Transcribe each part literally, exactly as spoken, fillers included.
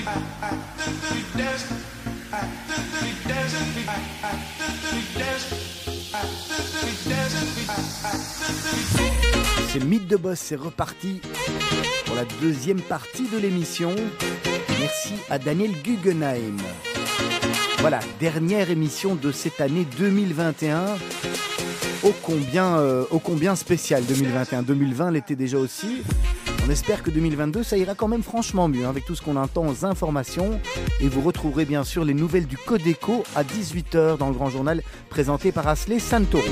C'est Mythe de Boss, c'est reparti pour la deuxième partie de l'émission. Merci à Daniel Guggenheim. Voilà, dernière émission de cette année deux mille vingt et un. Ô combien, euh, ô combien spécial deux mille vingt et un. deux mille vingt l'était déjà aussi. On espère que deux mille vingt-deux, ça ira quand même franchement mieux, hein, avec tout ce qu'on entend aux informations. Et vous retrouverez bien sûr les nouvelles du Codeco à dix-huit heures dans le Grand Journal, présenté par Asley Santoro.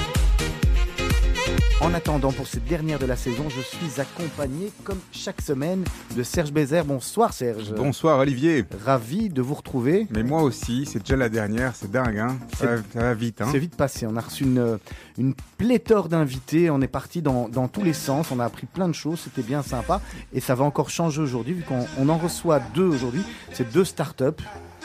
En attendant, pour cette dernière de la saison, je suis accompagné, comme chaque semaine, de Serge Bézère. Bonsoir Serge. Bonsoir Olivier. Ravi de vous retrouver. Mais moi aussi, c'est déjà la dernière, c'est dingue, hein. ça, va, ça va vite. Hein. C'est vite passé, on a reçu une, une pléthore d'invités, on est parti dans, dans tous les sens, on a appris plein de choses, c'était bien sympa. Et ça va encore changer aujourd'hui, vu qu'on on en reçoit deux aujourd'hui, c'est deux startups.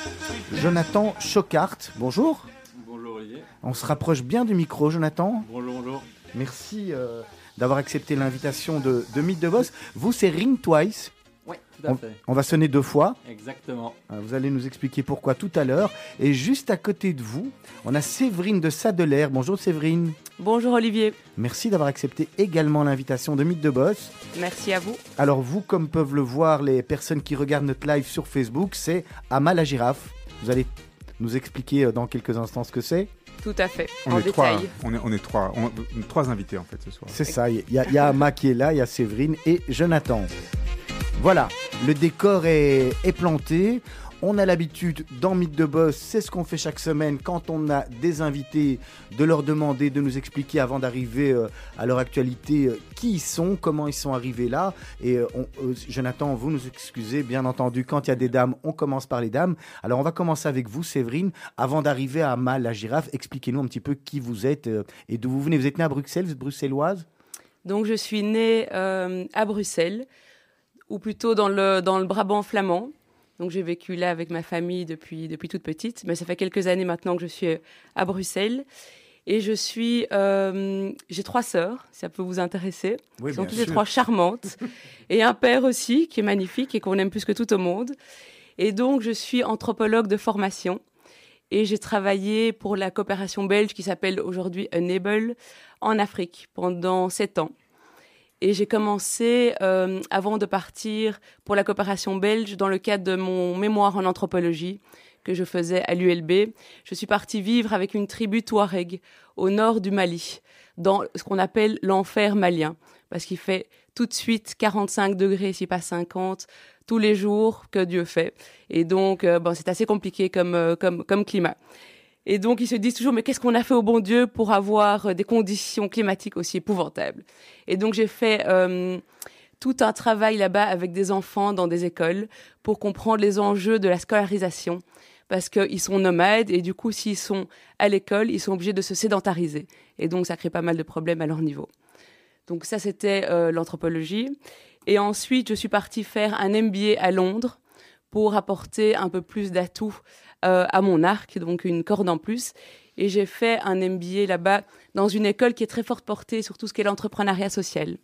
Jonathan Chocart, bonjour. Bonjour Olivier. On se rapproche bien du micro, Jonathan. Bonjour, bonjour. Merci euh, d'avoir accepté l'invitation de, de Mythe de Boss. Vous, c'est Ring Twice. Oui, tout à on, fait. On va sonner deux fois. Exactement. Vous allez nous expliquer pourquoi tout à l'heure. Et juste à côté de vous, on a Séverine de Sadelaire. Bonjour Séverine. Bonjour Olivier. Merci d'avoir accepté également l'invitation de Mythe de Boss. Merci à vous. Alors vous, comme peuvent le voir les personnes qui regardent notre live sur Facebook, c'est Ama la girafe. Vous allez nous expliquer dans quelques instants ce que c'est. Tout à fait, on en est détail. Trois, on, est, on est trois, on, trois invités en fait ce soir. C'est ça, il y, y, y a Ama qui est là, il y a Séverine et Jonathan. Voilà, le décor est, est planté. On a l'habitude dans Mythe de Boss, c'est ce qu'on fait chaque semaine quand on a des invités, de leur demander de nous expliquer avant d'arriver euh, à leur actualité euh, qui ils sont, comment ils sont arrivés là. Et euh, on, euh, Jonathan, vous nous excusez, bien entendu, quand il y a des dames, on commence par les dames. Alors on va commencer avec vous, Séverine, avant d'arriver à Ama la girafe. Expliquez-nous un petit peu qui vous êtes euh, et d'où vous venez. Vous êtes née à Bruxelles, vous êtes bruxelloise? Donc je suis née euh, à Bruxelles, ou plutôt dans le, dans le Brabant flamand. Donc j'ai vécu là avec ma famille depuis, depuis toute petite, mais ça fait quelques années maintenant que je suis à Bruxelles. Et je suis, euh, j'ai trois sœurs, si ça peut vous intéresser. Oui, Elles sont toutes sûr. les trois charmantes. Et un père aussi, qui est magnifique et qu'on aime plus que tout au monde. Et donc je suis anthropologue de formation. Et j'ai travaillé pour la coopération belge qui s'appelle aujourd'hui Enable en Afrique pendant sept ans. Et j'ai commencé, euh, avant de partir pour la coopération belge, dans le cadre de mon mémoire en anthropologie que je faisais à l'U L B, je suis partie vivre avec une tribu Touareg au nord du Mali, dans ce qu'on appelle l'enfer malien, parce qu'il fait tout de suite quarante-cinq degrés, si pas cinquante, tous les jours que Dieu fait. Et donc, euh, bon, c'est assez compliqué comme, euh, comme, comme climat. Et donc, ils se disent toujours, mais qu'est-ce qu'on a fait au bon Dieu pour avoir des conditions climatiques aussi épouvantables? Et donc, j'ai fait euh, tout un travail là-bas avec des enfants dans des écoles pour comprendre les enjeux de la scolarisation. Parce qu'ils sont nomades et du coup, s'ils sont à l'école, ils sont obligés de se sédentariser. Et donc, ça crée pas mal de problèmes à leur niveau. Donc ça, c'était euh, l'anthropologie. Et ensuite, je suis partie faire un M B A à Londres pour apporter un peu plus d'atouts Euh, à mon arc, donc une corde en plus. Et j'ai fait un M B A là-bas dans une école qui est très forte portée sur tout ce qui est l'entrepreneuriat social.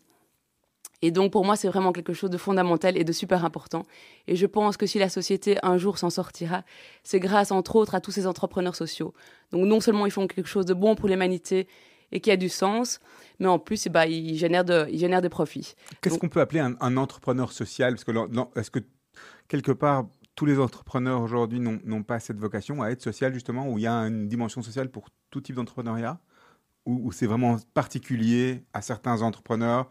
Et donc pour moi, c'est vraiment quelque chose de fondamental et de super important. Et je pense que si la société un jour s'en sortira, c'est grâce entre autres à tous ces entrepreneurs sociaux. Donc non seulement ils font quelque chose de bon pour l'humanité et qui a du sens, mais en plus, eh ben, ils génèrent de, ils génèrent des profits. Qu'est-ce donc, qu'on peut appeler un, un entrepreneur social? Parce que non, est-ce que quelque part tous les entrepreneurs aujourd'hui n'ont, n'ont pas cette vocation à être social, justement, où il y a une dimension sociale pour tout type d'entrepreneuriat, où, où c'est vraiment particulier à certains entrepreneurs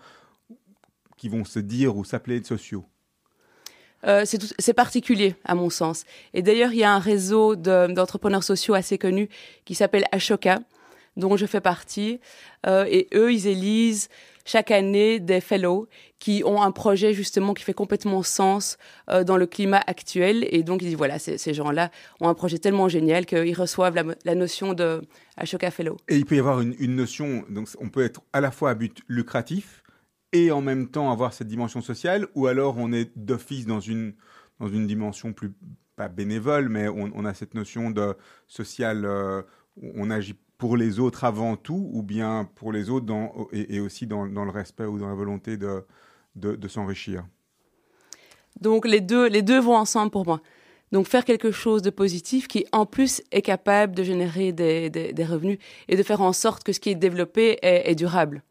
qui vont se dire ou s'appeler sociaux? Euh, c'est, tout, c'est particulier, à mon sens. Et d'ailleurs, il y a un réseau de, d'entrepreneurs sociaux assez connu qui s'appelle Ashoka, dont je fais partie. Euh, et eux, ils élisent chaque année des fellows qui ont un projet justement qui fait complètement sens euh, dans le climat actuel. Et donc, ils disent, voilà, ces, ces gens-là ont un projet tellement génial qu'ils reçoivent la, la notion de Ashoka Fellow. Et il peut y avoir une, une notion, donc on peut être à la fois à but lucratif et en même temps avoir cette dimension sociale, ou alors on est d'office dans une, dans une dimension plus, pas bénévole, mais on, on a cette notion de social, euh, on agit pour les autres avant tout, ou bien pour les autres dans, et, et aussi dans, dans le respect ou dans la volonté de, de, de s'enrichir? Donc les deux, les deux vont ensemble pour moi. Donc faire quelque chose de positif qui en plus est capable de générer des, des, des revenus et de faire en sorte que ce qui est développé est, est durable,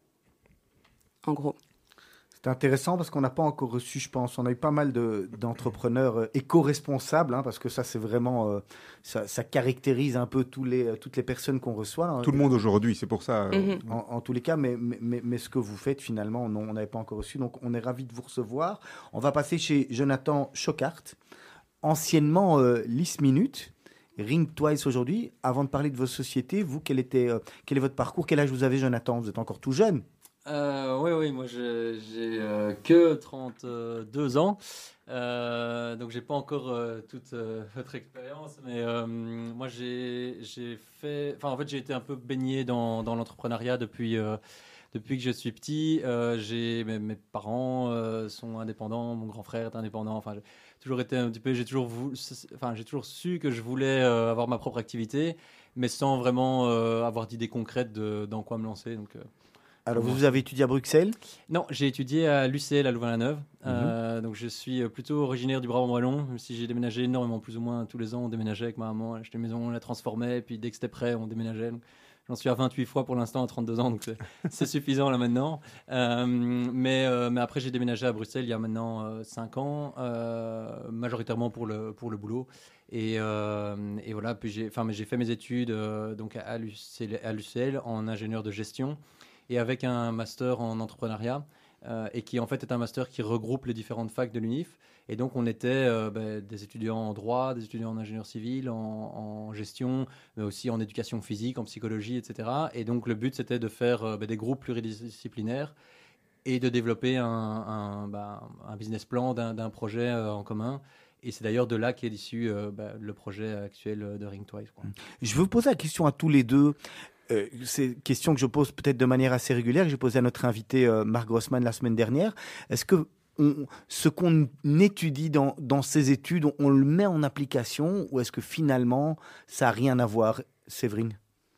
en gros. C'est intéressant parce qu'on n'a pas encore reçu, je pense, on a eu pas mal de, d'entrepreneurs euh, éco-responsables, hein, parce que ça, c'est vraiment, euh, ça, ça caractérise un peu tous les, toutes les personnes qu'on reçoit. Hein. Tout le monde aujourd'hui, c'est pour ça. Euh... Mm-hmm. En, en tous les cas, mais, mais, mais ce que vous faites, finalement, non, on n'avait pas encore reçu, donc on est ravis de vous recevoir. On va passer chez Jonathan Chocart, anciennement euh, List Minute, Ring Twice aujourd'hui. Avant de parler de vos sociétés, vous, quel, était, euh, quel est votre parcours? Quel âge vous avez, Jonathan? Vous êtes encore tout jeune. Euh, oui, oui, moi j'ai, j'ai euh, que trente-deux ans, euh, donc j'ai pas encore euh, toute euh, votre expérience, mais euh, moi j'ai, j'ai fait, enfin en fait j'ai été un peu baigné dans, dans l'entrepreneuriat depuis, euh, depuis que je suis petit. Euh, j'ai, mes, mes parents euh, sont indépendants, mon grand frère est indépendant, enfin j'ai toujours été un petit peu, j'ai toujours, voulu, enfin, j'ai toujours su que je voulais euh, avoir ma propre activité, mais sans vraiment euh, avoir d'idées concrètes de, dans quoi me lancer, donc... Euh, Alors, vous avez étudié à Bruxelles? Non, j'ai étudié à l'U C L à Louvain-la-Neuve. Mm-hmm. Euh, donc, je suis plutôt originaire du Brabant wallon, même si j'ai déménagé énormément, plus ou moins tous les ans. On déménageait avec ma maman, elle achetait une maison, on la transformait, et puis dès que c'était prêt, on déménageait. Donc, j'en suis à vingt-huit fois pour l'instant à trente-deux ans, donc c'est, c'est suffisant là maintenant. Euh, mais, euh, mais après, j'ai déménagé à Bruxelles il y a maintenant euh, cinq ans, euh, majoritairement pour le, pour le boulot. Et, euh, et voilà, puis j'ai, mais j'ai fait mes études euh, donc à l'U C L, à l'U C L en ingénieur de gestion, et avec un master en entrepreneuriat, euh, et qui en fait est un master qui regroupe les différentes facs de l'U N I F. Et donc on était euh, bah, des étudiants en droit, des étudiants en ingénieur civil, en, en gestion, mais aussi en éducation physique, en psychologie, et cetera. Et donc le but c'était de faire euh, bah, des groupes pluridisciplinaires et de développer un, un, bah, un business plan d'un, d'un projet euh, en commun. Et c'est d'ailleurs de là qu'est issu euh, bah, le projet actuel de Ring Twice, quoi. Je veux vous poser la question à tous les deux. Euh, c'est une question que je pose peut-être de manière assez régulière, que j'ai posée à notre invité euh, Marc Grossman la semaine dernière. Est-ce que on, ce qu'on étudie dans, dans ces études, on, on le met en application, ou est-ce que finalement, ça n'a rien à voir, Séverine?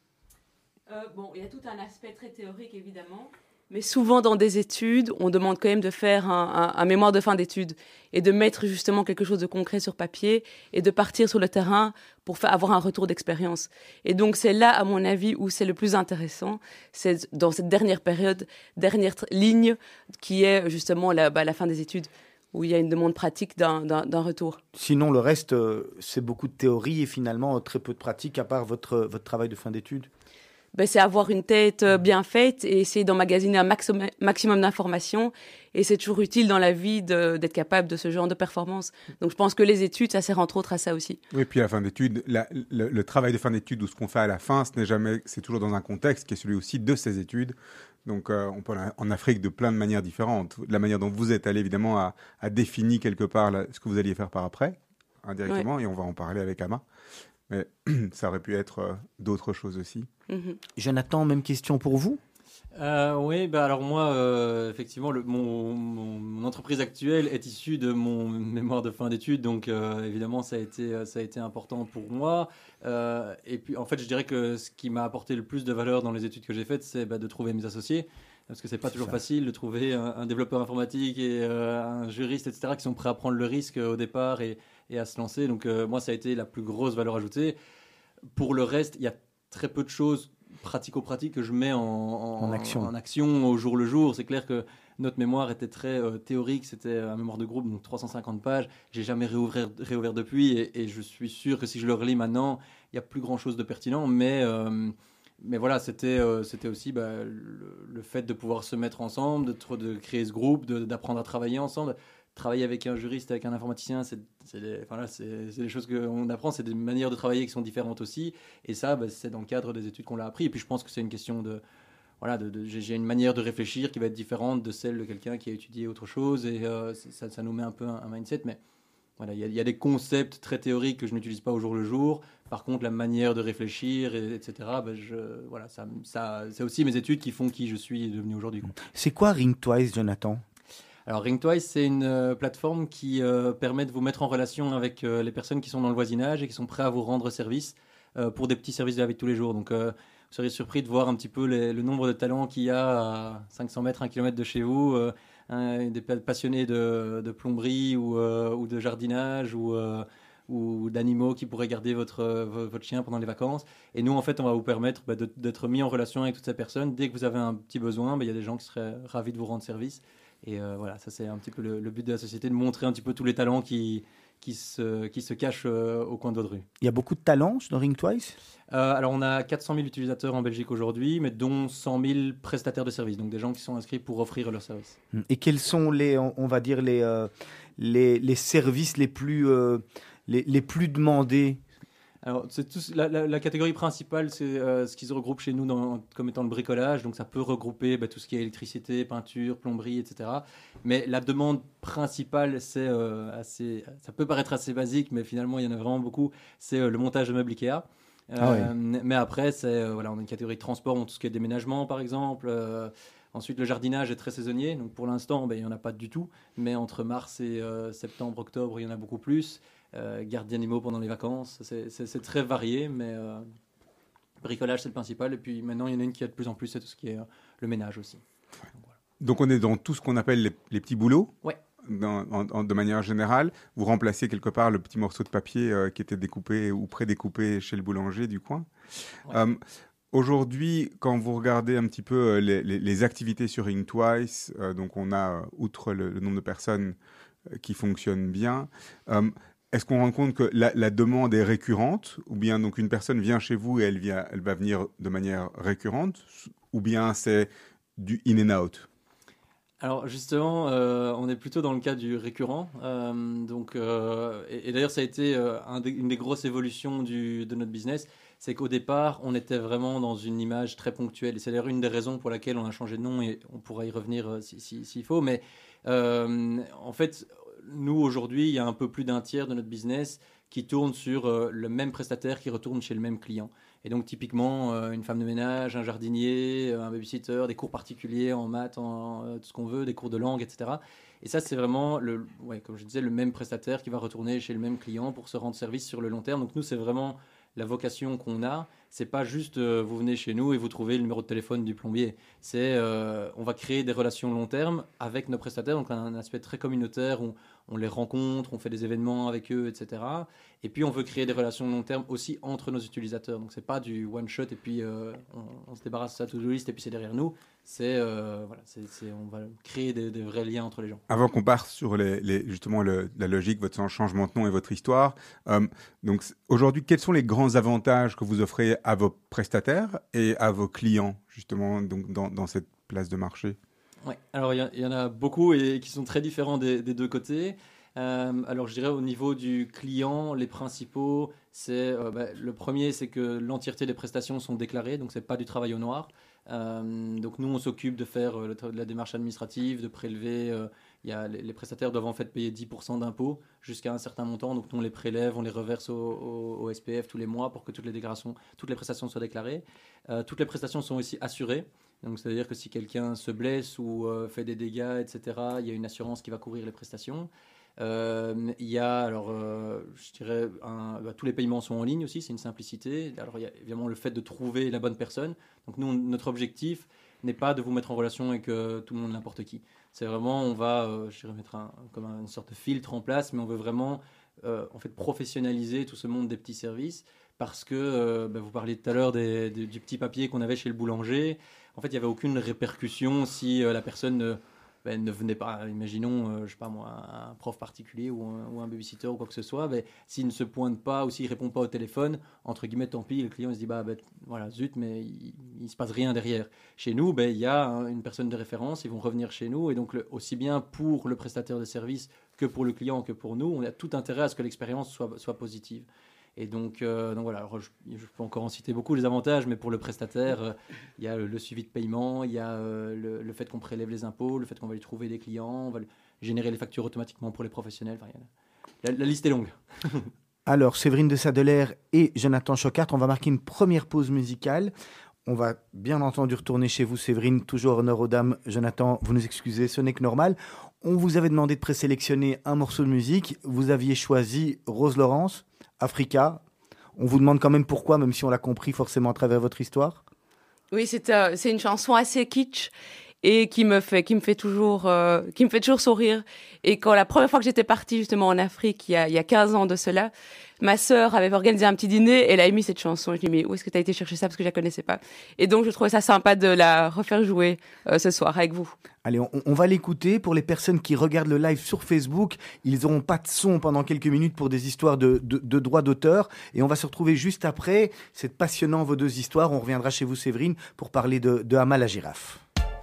euh, Bon, il y a tout un aspect très théorique, évidemment. Mais souvent, dans des études, on demande quand même de faire un, un, un mémoire de fin d'études et de mettre justement quelque chose de concret sur papier et de partir sur le terrain pour faire, avoir un retour d'expérience. Et donc, c'est là, à mon avis, où c'est le plus intéressant. C'est dans cette dernière période, dernière t- ligne, qui est justement la, bah, la fin des études, où il y a une demande pratique d'un, d'un, d'un retour. Sinon, le reste, euh, c'est beaucoup de théorie et finalement très peu de pratique, à part votre, votre travail de fin d'études. Ben, c'est avoir une tête bien faite et essayer d'emmagasiner un maximum, maximum d'informations. Et c'est toujours utile dans la vie de, d'être capable de ce genre de performance. Donc je pense que les études, ça sert entre autres à ça aussi. Oui, puis à la fin d'études, la, le, le travail de fin d'études ou ce qu'on fait à la fin, ce n'est jamais, c'est toujours dans un contexte qui est celui aussi de ces études. Donc euh, on peut en Afrique de plein de manières différentes. La manière dont vous êtes allé évidemment a, a défini quelque part là, ce que vous alliez faire par après, indirectement, ouais. Et on va en parler avec Ama. Mais ça aurait pu être euh, d'autres choses aussi. Mm-hmm. Jonathan, même question pour vous? Euh, oui, bah alors moi, euh, effectivement, le, mon, mon, mon entreprise actuelle est issue de mon mémoire de fin d'études, donc euh, évidemment, ça a été, ça a été important pour moi. Euh, et puis, en fait, je dirais que ce qui m'a apporté le plus de valeur dans les études que j'ai faites, c'est bah, de trouver mes associés. Parce que c'est pas c'est toujours ça. facile de trouver un, un développeur informatique et euh, un juriste, et cetera, qui sont prêts à prendre le risque au départ et, et à se lancer. Donc, euh, moi, ça a été la plus grosse valeur ajoutée. Pour le reste, il y a très peu de choses pratico-pratiques que je mets en, en, en, action. en action au jour le jour. C'est clair que notre mémoire était très euh, théorique, c'était un mémoire de groupe, donc trois cent cinquante pages. J'ai jamais réouvert, réouvert depuis et, et je suis sûr que si je le relis maintenant, il n'y a plus grand-chose de pertinent. Mais, euh, mais voilà, c'était, euh, c'était aussi bah, le, le fait de pouvoir se mettre ensemble, de, de créer ce groupe, de, d'apprendre à travailler ensemble. Travailler avec un juriste, avec un informaticien, c'est, c'est, des, enfin là, c'est, c'est des choses qu'on apprend, c'est des manières de travailler qui sont différentes aussi. Et ça, bah, c'est dans le cadre des études qu'on l'a appris. Et puis je pense que c'est une question de... Voilà, de, de, j'ai une manière de réfléchir qui va être différente de celle de quelqu'un qui a étudié autre chose. Et euh, ça, ça nous met un peu un, un mindset. Mais voilà, il y, y a des concepts très théoriques que je n'utilise pas au jour le jour. Par contre, la manière de réfléchir, et, etc., bah, je, voilà, ça, ça, c'est aussi mes études qui font qui je suis devenu aujourd'hui, quoi. C'est quoi Ring Twice, Jonathan ? Alors Ring Twice, c'est une euh, plateforme qui euh, permet de vous mettre en relation avec euh, les personnes qui sont dans le voisinage et qui sont prêts à vous rendre service euh, pour des petits services de la vie de tous les jours. Donc euh, vous seriez surpris de voir un petit peu les, le nombre de talents qu'il y a à cinq cents mètres, un kilomètre de chez vous, euh, hein, des passionnés de, de plomberie ou, euh, ou de jardinage ou, euh, ou d'animaux qui pourraient garder votre, votre chien pendant les vacances. Et nous, en fait, on va vous permettre bah, de, d'être mis en relation avec toutes ces personnes. Dès que vous avez un petit besoin, bah, y a des gens qui seraient ravis de vous rendre service. Et euh, voilà, ça c'est un petit peu le, le but de la société, de montrer un petit peu tous les talents qui, qui, se, qui se cachent euh, au coin de votre rue. Il y a beaucoup de talents dans Ring Twice. euh, Alors on a quatre cent mille utilisateurs en Belgique aujourd'hui, mais dont cent mille prestataires de services, donc des gens qui sont inscrits pour offrir leurs services. Et quels sont les, on, on va dire, les, euh, les, les services les plus, euh, les, les plus demandés? Alors, c'est tout, la, la, la catégorie principale, c'est euh, ce qui se regroupe chez nous dans, comme étant le bricolage. Donc, ça peut regrouper bah, tout ce qui est électricité, peinture, plomberie, et cetera. Mais la demande principale, c'est euh, assez... Ça peut paraître assez basique, mais finalement, il y en a vraiment beaucoup. C'est euh, le montage de meubles Ikea. Euh, ah oui. Mais après, c'est, euh, voilà, on a une catégorie de transport, on a tout ce qui est déménagement, par exemple. Euh, ensuite, le jardinage est très saisonnier. Donc, pour l'instant, bah, il n'y en a pas du tout. Mais entre mars et euh, septembre, octobre, il y en a beaucoup plus. Euh, garde d'animaux pendant les vacances, c'est, c'est, c'est très varié, mais euh, bricolage c'est le principal. Et puis maintenant il y en a une qui est de plus en plus, c'est tout ce qui est euh, le ménage aussi. Donc, voilà. Donc on est dans tout ce qu'on appelle les, les petits boulots. Ouais. Dans, en, en, de manière générale, vous remplacez quelque part le petit morceau de papier euh, qui était découpé ou pré-découpé chez le boulanger du coin. Ouais. Euh, aujourd'hui, quand vous regardez un petit peu les, les, les activités sur Ring Twice, euh, donc on a, outre le, le nombre de personnes euh, qui fonctionnent bien, euh, est-ce qu'on rend compte que la, la demande est récurrente, ou bien donc une personne vient chez vous et elle, vient, elle va venir de manière récurrente, ou bien c'est du in and out? Alors justement, euh, on est plutôt dans le cas du récurrent. Euh, donc, euh, et, et d'ailleurs, ça a été euh, un des, une des grosses évolutions du, de notre business. C'est qu'au départ, on était vraiment dans une image très ponctuelle. Et c'est d'ailleurs une des raisons pour laquelle on a changé de nom, et on pourra y revenir euh, si, si, s'il faut. Mais euh, en fait... Nous, aujourd'hui, il y a un peu plus d'un tiers de notre business qui tourne sur euh, le même prestataire qui retourne chez le même client. Et donc, typiquement, euh, une femme de ménage, un jardinier, un babysitter, des cours particuliers en maths, en euh, tout ce qu'on veut, des cours de langue, et cetera. Et ça, c'est vraiment, le, ouais, comme je disais, le même prestataire qui va retourner chez le même client pour se rendre service sur le long terme. Donc, nous, c'est vraiment la vocation qu'on a. C'est pas juste euh, vous venez chez nous et vous trouvez le numéro de téléphone du plombier. C'est euh, on va créer des relations long terme avec nos prestataires. Donc, on a un aspect très communautaire où on les rencontre, on fait des événements avec eux, et cetera. Et puis, on veut créer des relations long terme aussi entre nos utilisateurs. Donc, c'est pas du one shot et puis euh, on, on se débarrasse de sa to-do list et puis c'est derrière nous. C'est, euh, voilà, c'est, c'est, on va créer des, des vrais liens entre les gens. Avant qu'on parte sur les, les, justement le, la logique, votre changement de nom et votre histoire, euh, donc aujourd'hui, quels sont les grands avantages que vous offrez à vos prestataires et à vos clients, justement, donc dans, dans cette place de marché? Ouais. Alors, il y, y en a beaucoup et qui sont très différents des, des deux côtés. Euh, alors, je dirais au niveau du client, les principaux, c'est euh, bah, le premier, c'est que l'entièreté des prestations sont déclarées, donc c'est pas du travail au noir. Euh, donc nous, on s'occupe de faire euh, le, la démarche administrative, de prélever. Euh, y a, les, les prestataires doivent en fait payer dix pour cent d'impôts jusqu'à un certain montant. Donc nous, on les prélève, on les reverse au, au, au S P F tous les mois pour que toutes les déclarations, toutes les prestations soient déclarées. Euh, toutes les prestations sont aussi assurées. Donc c'est-à-dire que si quelqu'un se blesse ou euh, fait des dégâts, et cetera, il y a une assurance qui va couvrir les prestations. Euh, il y a alors, euh, je dirais, un, bah, tous les paiements sont en ligne aussi, c'est une simplicité. Alors il y a évidemment le fait de trouver la bonne personne. Donc nous, on, notre objectif n'est pas de vous mettre en relation avec euh, tout le monde, n'importe qui. C'est vraiment, on va, euh, je dirais, mettre un, comme un, une sorte de filtre en place, mais on veut vraiment, euh, en fait, professionnaliser tout ce monde des petits services, parce que euh, bah, vous parliez tout à l'heure des, des, du petit papier qu'on avait chez le boulanger. En fait, il n'y avait aucune répercussion si euh, la personne ne Ben, ne venez pas, imaginons, euh, je sais pas moi, un prof particulier ou un, ou un babysitter ou quoi que ce soit, ben, s'il ne se pointe pas ou s'il répond pas au téléphone, entre guillemets, tant pis, le client il se dit, bah, ben, voilà, zut, mais il, il se passe rien derrière. Chez nous, ben, il y a hein, une personne de référence, ils vont revenir chez nous, et donc le, aussi bien pour le prestataire de service que pour le client que pour nous, on a tout intérêt à ce que l'expérience soit, soit positive. Et donc, euh, donc voilà, alors je, je peux encore en citer beaucoup les avantages, mais pour le prestataire, euh, il y a le, le suivi de paiement, il y a euh, le, le fait qu'on prélève les impôts, le fait qu'on va lui trouver des clients, on va générer les factures automatiquement pour les professionnels. Enfin, la, la liste est longue. Alors, Séverine de Sadeler et Jonathan Choquart, on va marquer une première pause musicale. On va bien entendu retourner chez vous, Séverine, toujours honneur aux dames. Jonathan, vous nous excusez, ce n'est que normal. On vous avait demandé de présélectionner un morceau de musique. Vous aviez choisi Rose Laurence, Africa. On vous demande quand même pourquoi, même si on l'a compris forcément à travers votre histoire. Oui, c'est, euh, c'est une chanson assez kitsch. et qui me fait, qui me fait toujours, euh, qui me fait toujours sourire. Et quand la première fois que j'étais partie justement en Afrique, il y a, il y a quinze ans de cela, ma sœur avait organisé un petit dîner et elle a émis cette chanson. Je lui ai dit, mais où est-ce que tu as été chercher ça? Parce que je la connaissais pas. Et donc, je trouvais ça sympa de la refaire jouer euh, ce soir avec vous. Allez, on, on va l'écouter. Pour les personnes qui regardent le live sur Facebook, ils n'auront pas de son pendant quelques minutes pour des histoires de, de, de droits d'auteur. Et on va se retrouver juste après. C'est passionnant, vos deux histoires. On reviendra chez vous, Séverine, pour parler de, de Amma la girafe.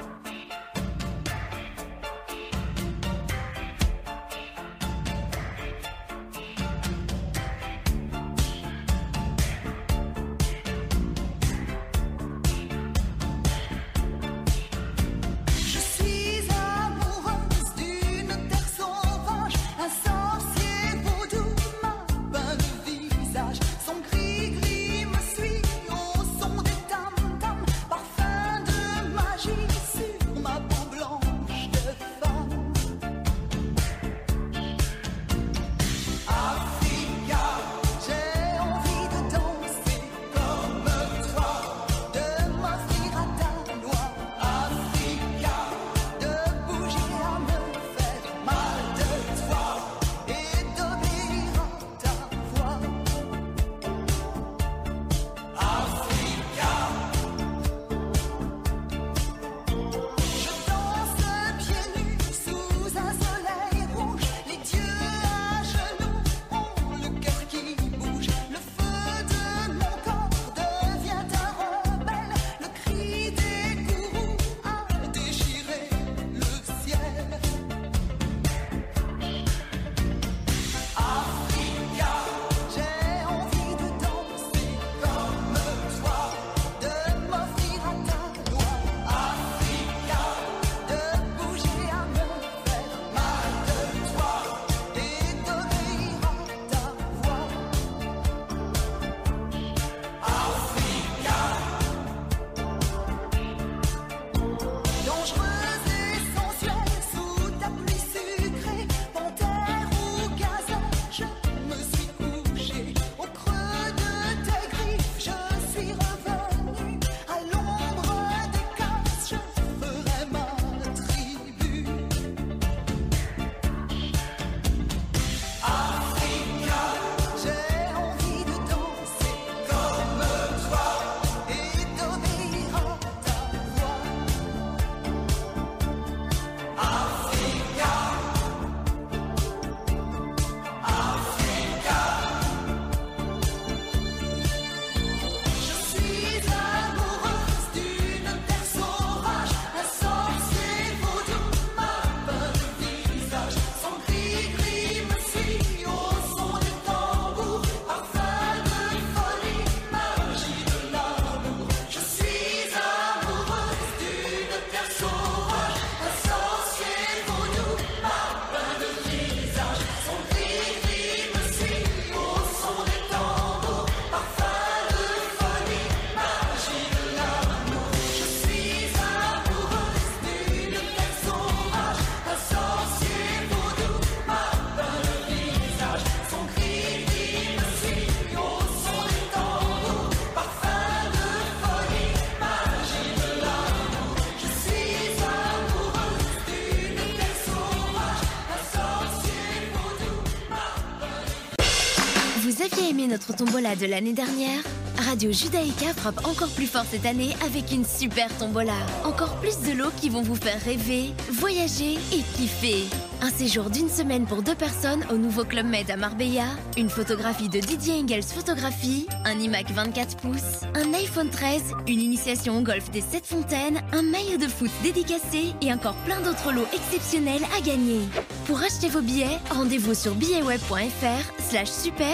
Vous aviez aimé notre tombola de l'année dernière? Radio Judaïka frappe encore plus fort cette année avec une super tombola. Encore plus de lots qui vont vous faire rêver, voyager et kiffer. Un séjour d'une semaine pour deux personnes au nouveau Club Med à Marbella, une photographie de Didier Engels Photographie, un iMac vingt-quatre pouces, un iPhone treize, une initiation au golf des Sept Fontaines, un maillot de foot dédicacé et encore plein d'autres lots exceptionnels à gagner. Pour acheter vos billets, rendez-vous sur billetweb.fr slash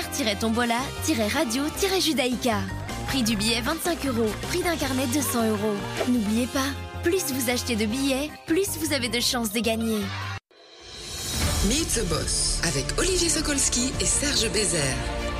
super-tombola-radio-judaïka. Prix du billet vingt-cinq euros, prix d'un carnet de cent euros. N'oubliez pas, plus vous achetez de billets, plus vous avez de chances de gagner. Meet the Boss avec Olivier Sokolski et Serge Bézère.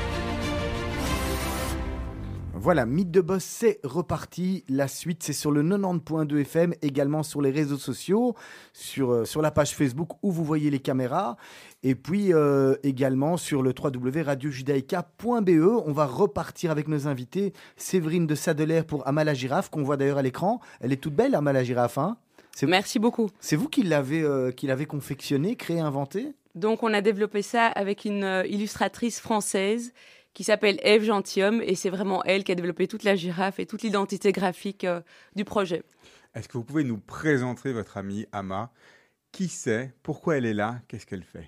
Voilà, Mythe de Boss, c'est reparti. La suite, c'est sur le quatre-vingt-dix point deux F M, également sur les réseaux sociaux, sur, euh, sur la page Facebook où vous voyez les caméras, et puis euh, également sur le w w w point radio judaïka point b e. On va repartir avec nos invités. Séverine de Sadelaire pour Amma la girafe, qu'on voit d'ailleurs à l'écran. Elle est toute belle, Amma la girafe, hein ? C'est- Merci beaucoup. C'est vous qui l'avez euh, qui l'avez confectionné, créé, inventé? Donc, on a développé ça avec une euh, illustratrice française qui s'appelle Ève Gentilhomme, et c'est vraiment elle qui a développé toute la girafe et toute l'identité graphique euh, du projet. Est-ce que vous pouvez nous présenter votre amie Ama? Qui c'est? Pourquoi elle est là? Qu'est-ce qu'elle fait?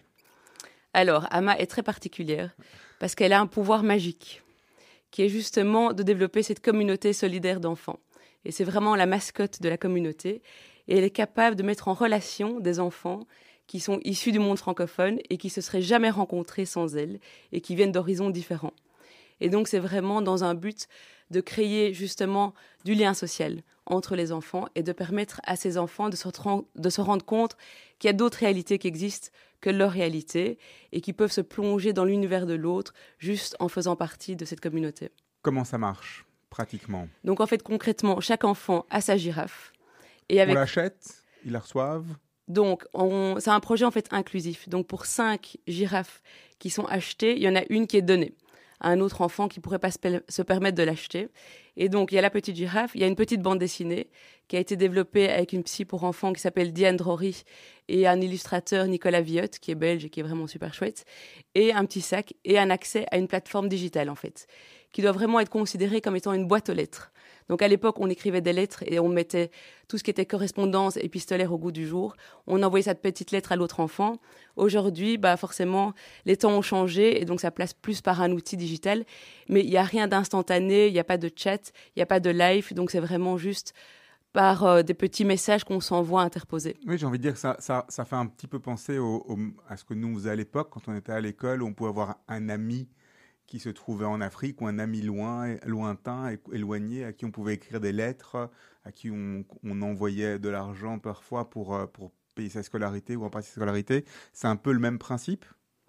Alors, Ama est très particulière parce qu'elle a un pouvoir magique qui est justement de développer cette communauté solidaire d'enfants. Et c'est vraiment la mascotte de la communauté. Et elle est capable de mettre en relation des enfants qui sont issus du monde francophone et qui se seraient jamais rencontrés sans elle et qui viennent d'horizons différents. Et donc, c'est vraiment dans un but de créer justement du lien social entre les enfants et de permettre à ces enfants de se, ren- de se rendre compte qu'il y a d'autres réalités qui existent que leur réalité et qui peuvent se plonger dans l'univers de l'autre juste en faisant partie de cette communauté. Comment ça marche, pratiquement? Donc, en fait, concrètement, chaque enfant a sa girafe. Et On avec... l'achète? Ils la reçoivent? Donc, on... c'est un projet en fait inclusif. Donc, pour cinq girafes qui sont achetées, il y en a une qui est donnée à un autre enfant qui ne pourrait pas se, pe- se permettre de l'acheter. Et donc, il y a la petite girafe, il y a une petite bande dessinée qui a été développée avec une psy pour enfants qui s'appelle Diane Drory et un illustrateur, Nicolas Viotte, qui est belge et qui est vraiment super chouette, et un petit sac et un accès à une plateforme digitale, en fait, qui doit vraiment être considérée comme étant une boîte aux lettres. Donc, à l'époque, on écrivait des lettres et on mettait tout ce qui était correspondance épistolaire au goût du jour. On envoyait cette petite lettre à l'autre enfant. Aujourd'hui, bah, forcément, les temps ont changé et donc ça passe plus par un outil digital. Mais il n'y a rien d'instantané, il n'y a pas de chat, il n'y a pas de live. Donc, c'est vraiment juste par euh, des petits messages qu'on s'envoie interposés. Oui, j'ai envie de dire que ça, ça, ça fait un petit peu penser au, au- à ce que nous on faisait à l'époque, quand on était à l'école, où on pouvait avoir un ami qui se trouvait en Afrique ou un ami loin, lointain, é- éloigné, à qui on pouvait écrire des lettres, à qui on, on envoyait de l'argent parfois pour, euh, pour payer sa scolarité ou en partie sa scolarité. C'est un peu le même principe?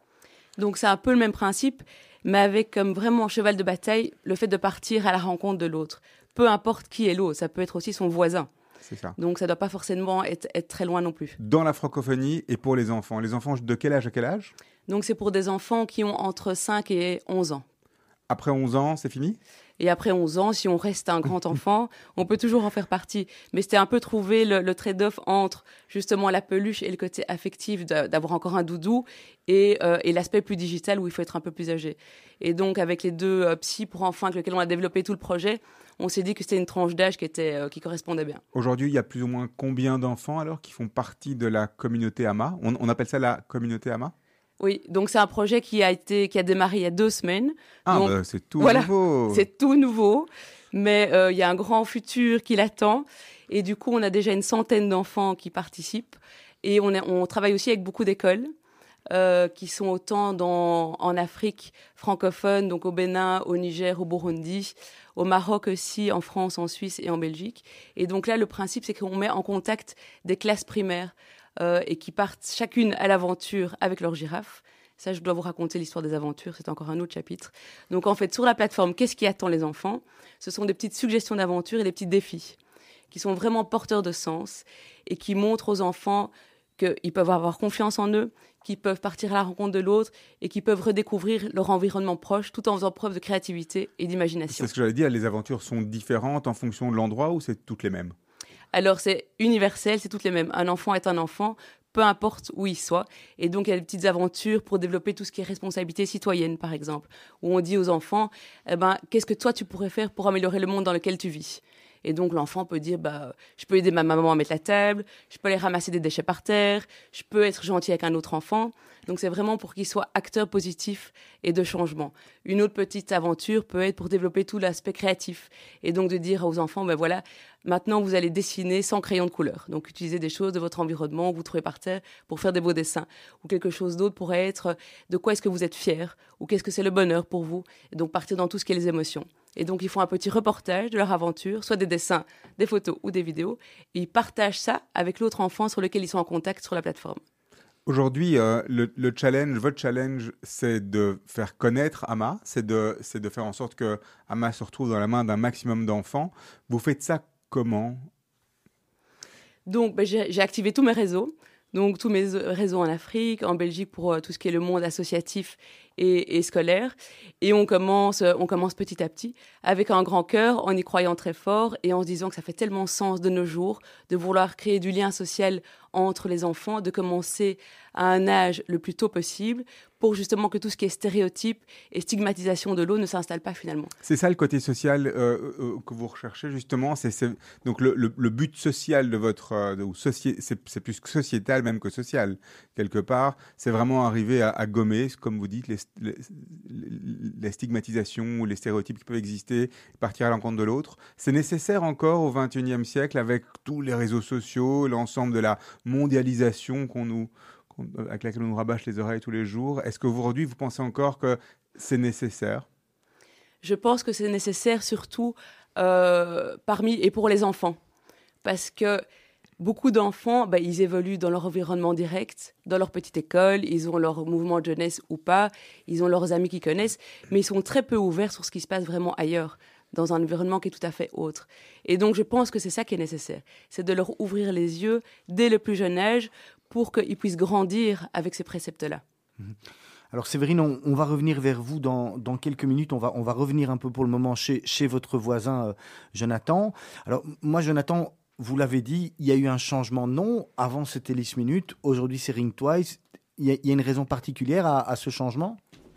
Donc, c'est un peu le même principe, mais avec comme vraiment cheval de bataille le fait de partir à la rencontre de l'autre. Peu importe qui est l'autre, ça peut être aussi son voisin. C'est ça. Donc, ça ne doit pas forcément être, être très loin non plus. Dans la francophonie et pour les enfants. Les enfants de quel âge à quel âge? Donc, c'est pour des enfants qui ont entre cinq et onze ans. Après onze ans, c'est fini? Et après onze ans, si on reste un grand enfant, on peut toujours en faire partie. Mais c'était un peu trouver le, le trade-off entre justement la peluche et le côté affectif d'a- d'avoir encore un doudou et, euh, et l'aspect plus digital où il faut être un peu plus âgé. Et donc, avec les deux euh, psys pour enfants avec lesquels on a développé tout le projet, on s'est dit que c'était une tranche d'âge qui, était, euh, qui correspondait bien. Aujourd'hui, il y a plus ou moins combien d'enfants alors qui font partie de la communauté Ama? On, on appelle ça la communauté Ama? Oui, donc c'est un projet qui a, été, qui a démarré il y a deux semaines. Ah, Donc, bah, c'est tout voilà, nouveau. C'est tout nouveau, mais euh, il y a un grand futur qui l'attend. Et du coup, on a déjà une centaine d'enfants qui participent. Et on, est- on travaille aussi avec beaucoup d'écoles euh, qui sont autant dans, en Afrique francophone, donc au Bénin, au Niger, au Burundi, au Maroc aussi, en France, en Suisse et en Belgique. Et donc là, le principe, c'est qu'on met en contact des classes primaires euh, et qui partent chacune à l'aventure avec leur girafe. Ça, je dois vous raconter l'histoire des aventures, c'est encore un autre chapitre. Donc en fait, sur la plateforme, qu'est-ce qui attend les enfants? Ce sont des petites suggestions d'aventure et des petits défis qui sont vraiment porteurs de sens et qui montrent aux enfants qu'ils peuvent avoir confiance en eux, qu'ils peuvent partir à la rencontre de l'autre et qu'ils peuvent redécouvrir leur environnement proche tout en faisant preuve de créativité et d'imagination. C'est ce que j'allais dire, les aventures sont différentes en fonction de l'endroit ou c'est toutes les mêmes? Alors c'est universel, c'est toutes les mêmes. Un enfant est un enfant, peu importe où il soit. Et donc il y a des petites aventures pour développer tout ce qui est responsabilité citoyenne, par exemple, où on dit aux enfants, eh ben, qu'est-ce que toi tu pourrais faire pour améliorer le monde dans lequel tu vis? Et donc l'enfant peut dire, bah, je peux aider ma maman à mettre la table, je peux aller ramasser des déchets par terre, je peux être gentil avec un autre enfant. Donc c'est vraiment pour qu'il soit acteur positif et de changement. Une autre petite aventure peut être pour développer tout l'aspect créatif. Et donc de dire aux enfants, ben voilà, maintenant vous allez dessiner sans crayon de couleur. Donc utilisez des choses de votre environnement que vous trouvez par terre pour faire des beaux dessins. Ou quelque chose d'autre pourrait être de quoi est-ce que vous êtes fier ou qu'est-ce que c'est le bonheur pour vous. Et donc partir dans tout ce qui est les émotions. Et donc ils font un petit reportage de leur aventure, soit des dessins, des photos ou des vidéos. Et ils partagent ça avec l'autre enfant sur lequel ils sont en contact sur la plateforme. Aujourd'hui, euh, le, le challenge, votre challenge, c'est de faire connaître Ama, c'est de, c'est de faire en sorte que Ama se retrouve dans la main d'un maximum d'enfants. Vous faites ça comment? Donc, ben, j'ai, j'ai activé tous mes réseaux. Donc, tous mes réseaux en Afrique, en Belgique pour euh, tout ce qui est le monde associatif et, et scolaire. Et on commence, on commence petit à petit, avec un grand cœur, en y croyant très fort et en se disant que ça fait tellement sens de nos jours de vouloir créer du lien social entre les enfants, de commencer à un âge le plus tôt possible pour justement que tout ce qui est stéréotype et stigmatisation de l'eau ne s'installe pas finalement. C'est ça le côté social euh, euh, que vous recherchez justement. C'est, c'est donc le, le, le but social de votre euh, de, soci... c'est, c'est plus sociétal même que social quelque part. C'est vraiment arriver à, à gommer, comme vous dites, les, les, les stigmatisations ou les stéréotypes qui peuvent exister, partir à l'encontre de l'autre. C'est nécessaire encore au vingt et unième siècle avec tous les réseaux sociaux, l'ensemble de la mondialisation qu'on nous avec laquelle on nous rabâche les oreilles tous les jours. Est-ce qu'aujourd'hui, vous pensez encore que c'est nécessaire ? Je pense que c'est nécessaire surtout euh, parmi et pour les enfants. Parce que beaucoup d'enfants, bah, ils évoluent dans leur environnement direct, dans leur petite école, ils ont leur mouvement de jeunesse ou pas, ils ont leurs amis qu'ils connaissent, mais ils sont très peu ouverts sur ce qui se passe vraiment ailleurs, dans un environnement qui est tout à fait autre. Et donc, je pense que c'est ça qui est nécessaire. C'est de leur ouvrir les yeux dès le plus jeune âge pour qu'ils puissent grandir avec ces préceptes-là. Alors Séverine, on, on va revenir vers vous dans, dans quelques minutes. On va, on va revenir un peu pour le moment chez, chez votre voisin euh, Jonathan. Alors moi, Jonathan, vous l'avez dit, il y a eu un changement de nom. Avant, c'était List Minute. Aujourd'hui, c'est Ring Twice. Il y a, il y a une raison particulière à, à ce changement ?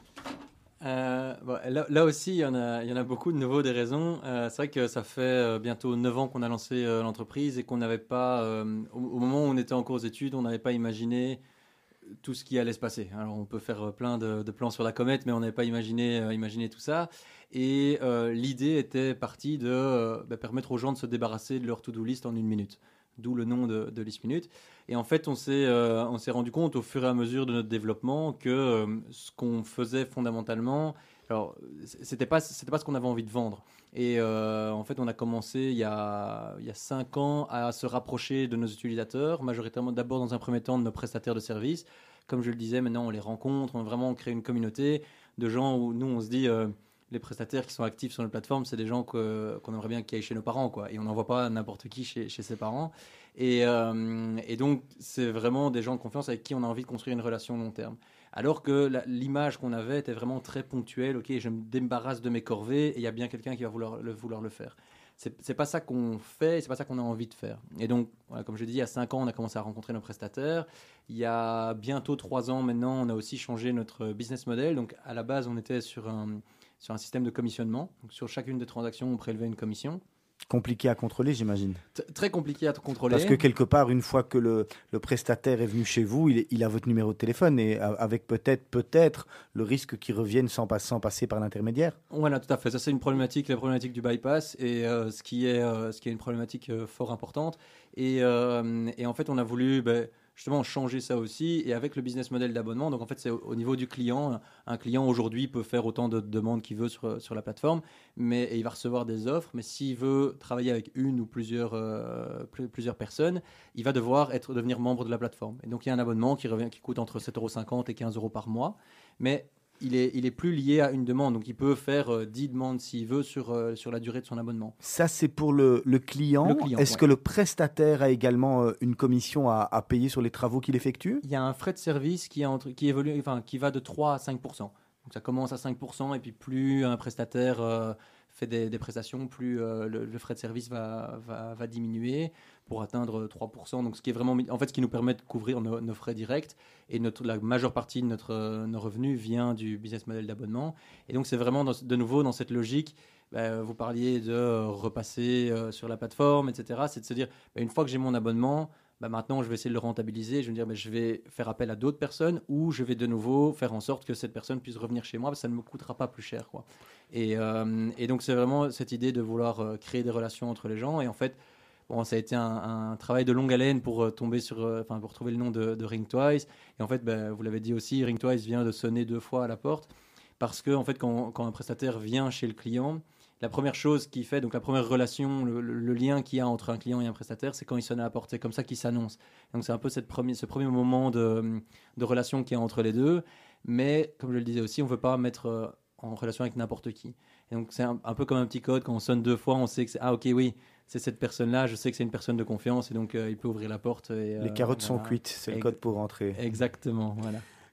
Euh, bon, là, là aussi, il y, en a, il y en a beaucoup de nouveaux, des raisons. Euh, c'est vrai que ça fait euh, bientôt neuf ans qu'on a lancé euh, l'entreprise et qu'on n'avait pas, euh, au, au moment où on était en cours d'études, on n'avait pas imaginé tout ce qui allait se passer. Alors, on peut faire plein de, de plans sur la comète, mais on n'avait pas imaginé, euh, imaginé tout ça. Et euh, l'idée était partie de euh, bah, permettre aux gens de se débarrasser de leur to-do list en une minute. D'où le nom de, de List Minute. Et en fait, on s'est, euh, on s'est rendu compte au fur et à mesure de notre développement que euh, ce qu'on faisait fondamentalement, alors c'était pas, c'était pas ce qu'on avait envie de vendre. Et euh, en fait, on a commencé il y a, il y a cinq ans à se rapprocher de nos utilisateurs, majoritairement d'abord dans un premier temps de nos prestataires de services. Comme je le disais, maintenant on les rencontre, on a vraiment créé une communauté de gens où nous on se dit... Euh, les prestataires qui sont actifs sur notre plateforme, c'est des gens que, qu'on aimerait bien qu'ils aillent chez nos parents, quoi. Et on n'envoie pas n'importe qui chez, chez ses parents. Et, euh, et donc, c'est vraiment des gens de confiance avec qui on a envie de construire une relation long terme. Alors que la, l'image qu'on avait était vraiment très ponctuelle. Ok, je me débarrasse de mes corvées et il y a bien quelqu'un qui va vouloir le, vouloir le faire. C'est, c'est pas ça qu'on fait et c'est pas ça qu'on a envie de faire. Et donc, voilà, comme je dis, il y a cinq ans, on a commencé à rencontrer nos prestataires. Il y a bientôt trois ans maintenant, on a aussi changé notre business model. Donc, à la base, on était sur un... sur un système de commissionnement. Donc, sur chacune des transactions, on prélevait une commission. Compliqué à contrôler, j'imagine. T- très compliqué à contrôler. Parce que quelque part, une fois que le, le prestataire est venu chez vous, il, est, il a votre numéro de téléphone et avec peut-être, peut-être le risque qu'il revienne sans, pas, sans passer par l'intermédiaire. Voilà, tout à fait. Ça, c'est une problématique, la problématique du bypass, et euh, ce, qui est, euh, ce qui est une problématique euh, fort importante. Et, euh, et en fait, on a voulu... Bah, justement changer ça aussi, et avec le business model d'abonnement, donc en fait c'est au, au niveau du client. Un client aujourd'hui peut faire autant de demandes qu'il veut sur, sur la plateforme, mais et il va recevoir des offres, mais s'il veut travailler avec une ou plusieurs, euh, plus, plusieurs personnes, il va devoir être, devenir membre de la plateforme. Et donc il y a un abonnement qui, revient, qui coûte entre sept euros cinquante et quinze euros par mois, mais il est, il est plus lié à une demande, donc il peut faire euh, dix demandes s'il veut sur, euh, sur la durée de son abonnement. Ça, c'est pour le, le client. Le client, Est-ce ouais. que le prestataire a également euh, une commission à, à payer sur les travaux qu'il effectue ? Il y a un frais de service qui, est entre, qui, évolue, enfin, qui va de trois à cinq pour cent. Donc ça commence à cinq pour cent, et puis plus un prestataire euh, fait des, des prestations, plus euh, le, le frais de service va, va, va diminuer pour atteindre trois pour cent. Donc ce qui est vraiment, en fait, ce qui nous permet de couvrir nos, nos frais directs, et notre, la majeure partie de notre, euh, nos revenus vient du business model d'abonnement. Et donc c'est vraiment dans, de nouveau dans cette logique. Bah, vous parliez de euh, repasser euh, sur la plateforme, et cetera. C'est de se dire, bah, une fois que j'ai mon abonnement, bah maintenant je vais essayer de le rentabiliser. Je vais me dire, bah, je vais faire appel à d'autres personnes, ou je vais de nouveau faire en sorte que cette personne puisse revenir chez moi, parce que ça ne me coûtera pas plus cher, quoi. Et, euh, et donc c'est vraiment cette idée de vouloir euh, créer des relations entre les gens. Et en fait, bon, ça a été un, un travail de longue haleine pour euh, tomber sur, euh, enfin pour trouver le nom de, de Ring Twice. Et en fait, bah, vous l'avez dit aussi, Ring Twice vient de sonner deux fois à la porte, parce que en fait, quand, quand un prestataire vient chez le client, la première chose qu'il fait, donc la première relation, le, le, le lien qu'il y a entre un client et un prestataire, c'est quand il sonne à la porte. C'est comme ça qu'il s'annonce. Donc c'est un peu cette première, ce premier moment de, de relation qu'il y a entre les deux. Mais comme je le disais aussi, on ne veut pas mettre euh, en relation avec n'importe qui. Et donc c'est un, un peu comme un petit code. Quand on sonne deux fois, on sait que c'est ah ok oui, c'est cette personne-là. Je sais que c'est une personne de confiance, et donc euh, il peut ouvrir la porte. Et, Les euh, carottes voilà. sont cuites, c'est le Ex- code pour rentrer. Exactement, voilà.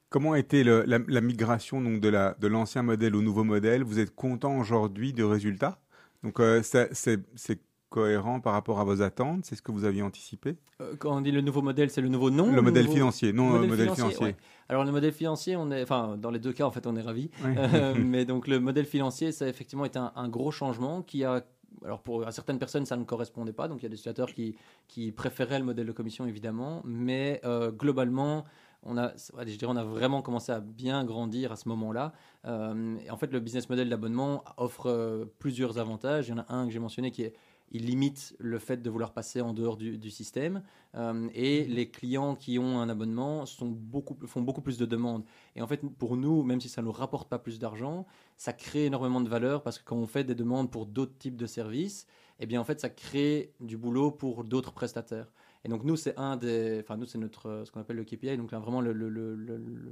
Comment a été le, la, la migration donc, de, la, de l'ancien modèle au nouveau modèle? Vous êtes content aujourd'hui du résultat? Donc, euh, ça, c'est, c'est cohérent par rapport à vos attentes? C'est ce que vous aviez anticipé? Euh, quand on dit le nouveau modèle, c'est le nouveau nom? Le le modèle nouveau... financier, non, le modèle, modèle financier. financier. Ouais. Alors, le modèle financier, on est, enfin, dans les deux cas, en fait, on est ravis. Oui. Euh, mais donc, le modèle financier, ça a effectivement été un, un gros changement qui a. Alors, pour à certaines personnes, ça ne correspondait pas. Donc, il y a des utilisateurs qui, qui préféraient le modèle de commission, évidemment. Mais euh, globalement, on a, je dirais, on a vraiment commencé à bien grandir à ce moment-là. Euh, et en fait, le business model d'abonnement offre euh, plusieurs avantages. Il y en a un que j'ai mentionné qui est il limite le fait de vouloir passer en dehors du, du système. Euh, et les clients qui ont un abonnement sont beaucoup, font beaucoup plus de demandes. Et en fait, pour nous, même si ça ne nous rapporte pas plus d'argent, ça crée énormément de valeur parce que quand on fait des demandes pour d'autres types de services, eh bien, en fait, ça crée du boulot pour d'autres prestataires. Et donc, nous, c'est un des... Enfin, nous, c'est notre, ce qu'on appelle le K P I. Donc, là, vraiment, le... le, le, le, le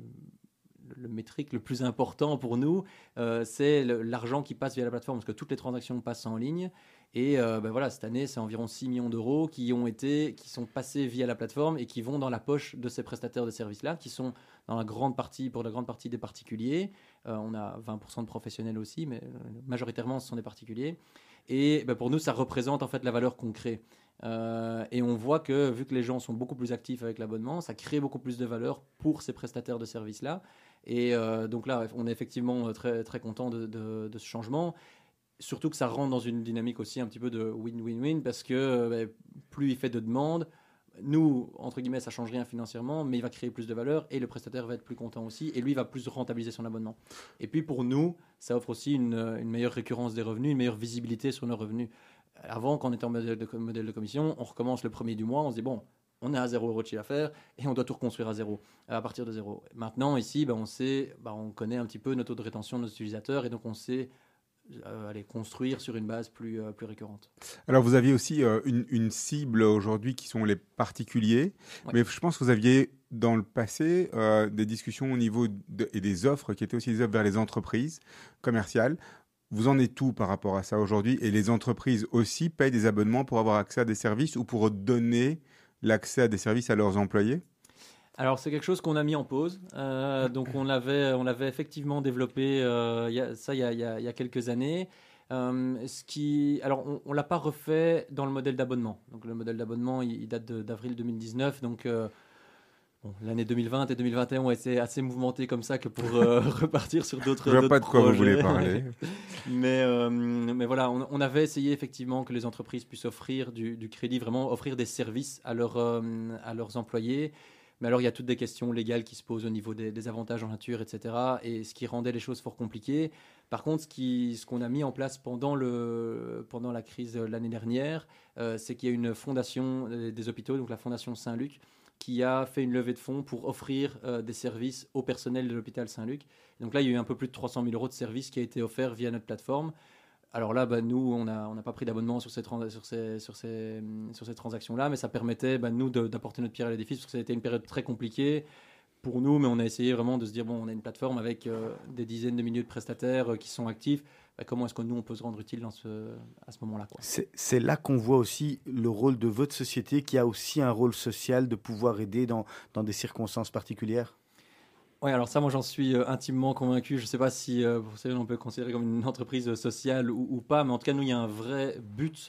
le métrique le plus important pour nous, euh, c'est le, l'argent qui passe via la plateforme, parce que toutes les transactions passent en ligne. Et euh, ben voilà, cette année, c'est environ six millions d'euros qui, ont été, qui sont passés via la plateforme et qui vont dans la poche de ces prestataires de services-là, qui sont dans la grande partie, pour la grande partie des particuliers. Euh, on a vingt pour cent de professionnels aussi, mais majoritairement, ce sont des particuliers. Et ben pour nous, ça représente en fait la valeur qu'on crée. Euh, et on voit que, vu que les gens sont beaucoup plus actifs avec l'abonnement, ça crée beaucoup plus de valeur pour ces prestataires de services-là. Et euh, donc là, on est effectivement très, très content de, de, de ce changement. Surtout que ça rentre dans une dynamique aussi un petit peu de win-win-win, parce que bah, plus il fait de demandes, nous, entre guillemets, ça ne change rien financièrement, mais il va créer plus de valeur et le prestataire va être plus content aussi, et lui va plus rentabiliser son abonnement. Et puis pour nous, ça offre aussi une, une meilleure récurrence des revenus, une meilleure visibilité sur nos revenus. Avant, quand on était en modèle de, modèle de commission, on recommence le premier du mois, on se dit bon, on est à zéro euro de chiffre d'affaires et on doit tout reconstruire à zéro, à partir de zéro. Maintenant, ici, ben, on sait, ben, on connaît un petit peu notre taux de rétention de nos utilisateurs et donc on sait euh, aller construire sur une base plus, euh, plus récurrente. Alors, vous aviez aussi euh, une, une cible aujourd'hui qui sont les particuliers, ouais. Mais je pense que vous aviez dans le passé euh, des discussions au niveau de, et des offres qui étaient aussi des offres vers les entreprises commerciales. Vous en êtes où par rapport à ça aujourd'hui? Et les entreprises aussi payent des abonnements pour avoir accès à des services ou pour donner l'accès à des services à leurs employés? Alors, c'est quelque chose qu'on a mis en pause. Euh, donc, on l'avait, on l'avait effectivement développé, euh, y a, ça, il y a, y a, y a quelques années. Euh, ce qui, alors, on ne l'a pas refait dans le modèle d'abonnement. Donc, le modèle d'abonnement, il, il date de, d'avril deux mille dix-neuf. Donc, euh, bon, l'année deux mille vingt et deux mille vingt et un ont été assez mouvementées comme ça que pour euh, repartir sur d'autres projets. Je ne vois pas de quoi projets. vous voulez parler. mais, euh, mais voilà, on, on avait essayé effectivement que les entreprises puissent offrir du, du crédit, vraiment offrir des services à, leur, euh, à leurs employés. Mais alors, il y a toutes des questions légales qui se posent au niveau des, des avantages en nature, et cetera. Et ce qui rendait les choses fort compliquées. Par contre, ce, qui, ce qu'on a mis en place pendant, le, pendant la crise l'année dernière, euh, c'est qu'il y a une fondation des, des hôpitaux, donc la Fondation Saint-Luc, qui a fait une levée de fonds pour offrir euh, des services au personnel de l'hôpital Saint-Luc. Donc là, il y a eu un peu plus de trois cent mille euros de services qui a été offert via notre plateforme. Alors là, bah, nous, on n'a on a pas pris d'abonnement sur ces, trans- sur ces, sur ces, sur ces transactions-là, mais ça permettait, bah, nous, de, d'apporter notre pierre à l'édifice, parce que ça a été une période très compliquée pour nous, mais on a essayé vraiment de se dire, bon, on a une plateforme avec euh, des dizaines de milliers de prestataires euh, qui sont actifs. Bah, comment est-ce que nous, on peut se rendre utile dans ce, à ce moment-là, quoi. C'est, c'est là qu'on voit aussi le rôle de votre société, qui a aussi un rôle social de pouvoir aider dans, dans des circonstances particulières. Oui, alors ça, moi, j'en suis euh, intimement convaincu. Je ne sais pas si euh, vous savez, on peut considérer comme une entreprise sociale ou, ou pas, mais en tout cas, nous, il y a un vrai but.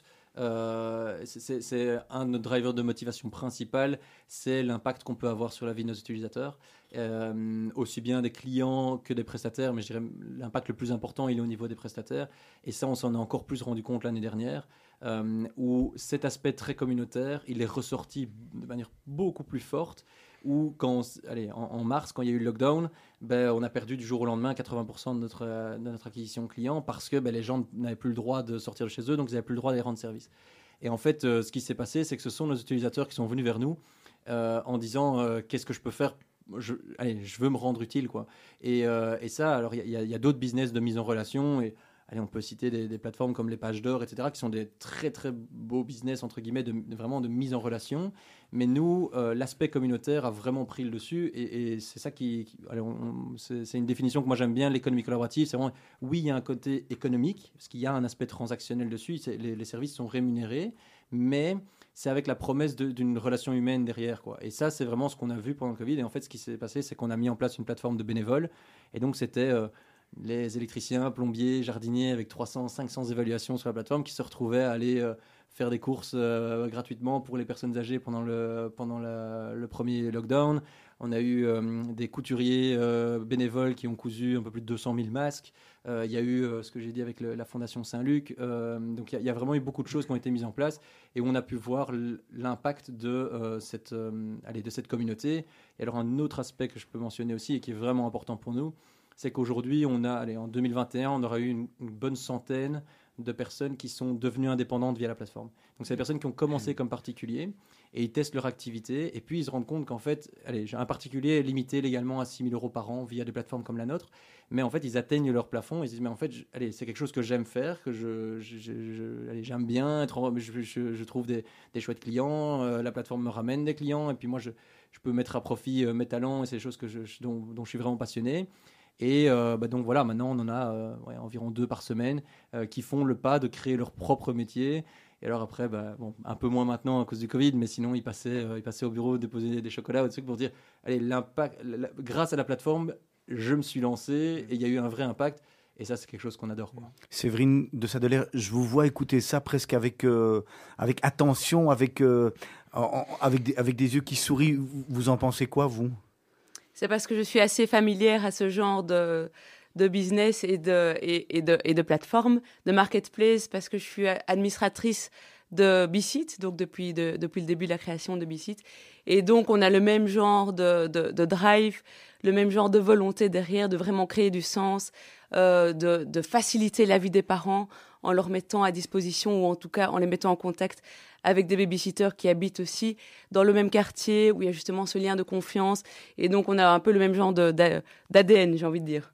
Euh, c'est, c'est, c'est un de nos drivers de motivation principal, c'est l'impact qu'on peut avoir sur la vie de nos utilisateurs, euh, aussi bien des clients que des prestataires, mais je dirais l'impact le plus important, il est au niveau des prestataires. Et ça, on s'en est encore plus rendu compte l'année dernière, euh, où cet aspect très communautaire, il est ressorti de manière beaucoup plus forte. Ou quand, allez, en, en mars, quand il y a eu le lockdown, ben, on a perdu du jour au lendemain quatre-vingts pour cent de notre, de notre acquisition client parce que ben, les gens n'avaient plus le droit de sortir de chez eux, donc ils n'avaient plus le droit d'aller rendre service. Et en fait, euh, ce qui s'est passé, c'est que ce sont nos utilisateurs qui sont venus vers nous euh, en disant euh, qu'est-ce que je peux faire, je, allez, je veux me rendre utile, quoi. Et, euh, et ça, alors il y, y, y a d'autres business de mise en relation et allez, on peut citer des, des plateformes comme les pages d'or, et cetera, qui sont des très très beaux business, entre guillemets, de, de, vraiment de mise en relation. Mais nous, euh, l'aspect communautaire a vraiment pris le dessus. Et, et c'est ça qui... qui allez, on, on, c'est, c'est une définition que moi j'aime bien, l'économie collaborative. C'est vraiment, oui, il y a un côté économique, parce qu'il y a un aspect transactionnel dessus. Les, les services sont rémunérés, mais c'est avec la promesse de, d'une relation humaine derrière, quoi. Et ça, c'est vraiment ce qu'on a vu pendant le Covid. Et en fait, ce qui s'est passé, c'est qu'on a mis en place une plateforme de bénévoles. Et donc, c'était euh, les électriciens, plombiers, jardiniers, avec trois cents, cinq cents évaluations sur la plateforme, qui se retrouvaient à aller euh, faire des courses euh, gratuitement pour les personnes âgées pendant le, pendant la, le premier lockdown. On a eu euh, des couturiers euh, bénévoles qui ont cousu un peu plus de deux cent mille masques. Il euh, y a eu euh, ce que j'ai dit avec le, la Fondation Saint-Luc. Euh, donc il y, y a vraiment eu beaucoup de choses qui ont été mises en place et où on a pu voir l'impact de, euh, cette, euh, allez, de cette communauté. Et alors un autre aspect que je peux mentionner aussi et qui est vraiment important pour nous, c'est qu'aujourd'hui, on a, allez, en deux mille vingt et un, on aura eu une, une bonne centaine de personnes qui sont devenues indépendantes via la plateforme. Donc c'est des personnes qui ont commencé comme particuliers et ils testent leur activité et puis ils se rendent compte qu'en fait, allez, un particulier est limité légalement à six mille euros par an via des plateformes comme la nôtre, mais en fait ils atteignent leur plafond et ils se disent mais en fait, je, allez, c'est quelque chose que j'aime faire, que je, je, je, je allez, j'aime bien, être, je, je, je trouve des, des chouettes clients, euh, la plateforme me ramène des clients et puis moi je, je peux mettre à profit euh, mes talents et c'est des choses que je, je, dont, dont je suis vraiment passionné. Et euh, bah donc voilà, maintenant on en a euh, ouais, environ deux par semaine euh, qui font le pas de créer leur propre métier. Et alors après, bah, bon, un peu moins maintenant à cause du Covid, mais sinon ils passaient, euh, ils passaient au bureau déposer des chocolats ou des trucs pour dire, allez, l'impact, la, grâce à la plateforme, je me suis lancé et il y a eu un vrai impact. Et ça, c'est quelque chose qu'on adore, quoi. Séverine de Sadeler, je vous vois écouter ça presque avec, euh, avec attention, avec, euh, en, avec, des, avec des yeux qui sourient. Vous en pensez quoi, vous ? C'est parce que je suis assez familière à ce genre de, de business et de, et, et, de, et de plateforme, de marketplace, parce que je suis administratrice de B-Site, donc depuis, de, depuis le début de la création de B-Site. Et donc, on a le même genre de, de, de drive, le même genre de volonté derrière, de vraiment créer du sens, euh, de, de faciliter la vie des parents en leur mettant à disposition, ou en tout cas en les mettant en contact avec des babysitters qui habitent aussi dans le même quartier, où il y a justement ce lien de confiance. Et donc, on a un peu le même genre de, d'A D N, j'ai envie de dire.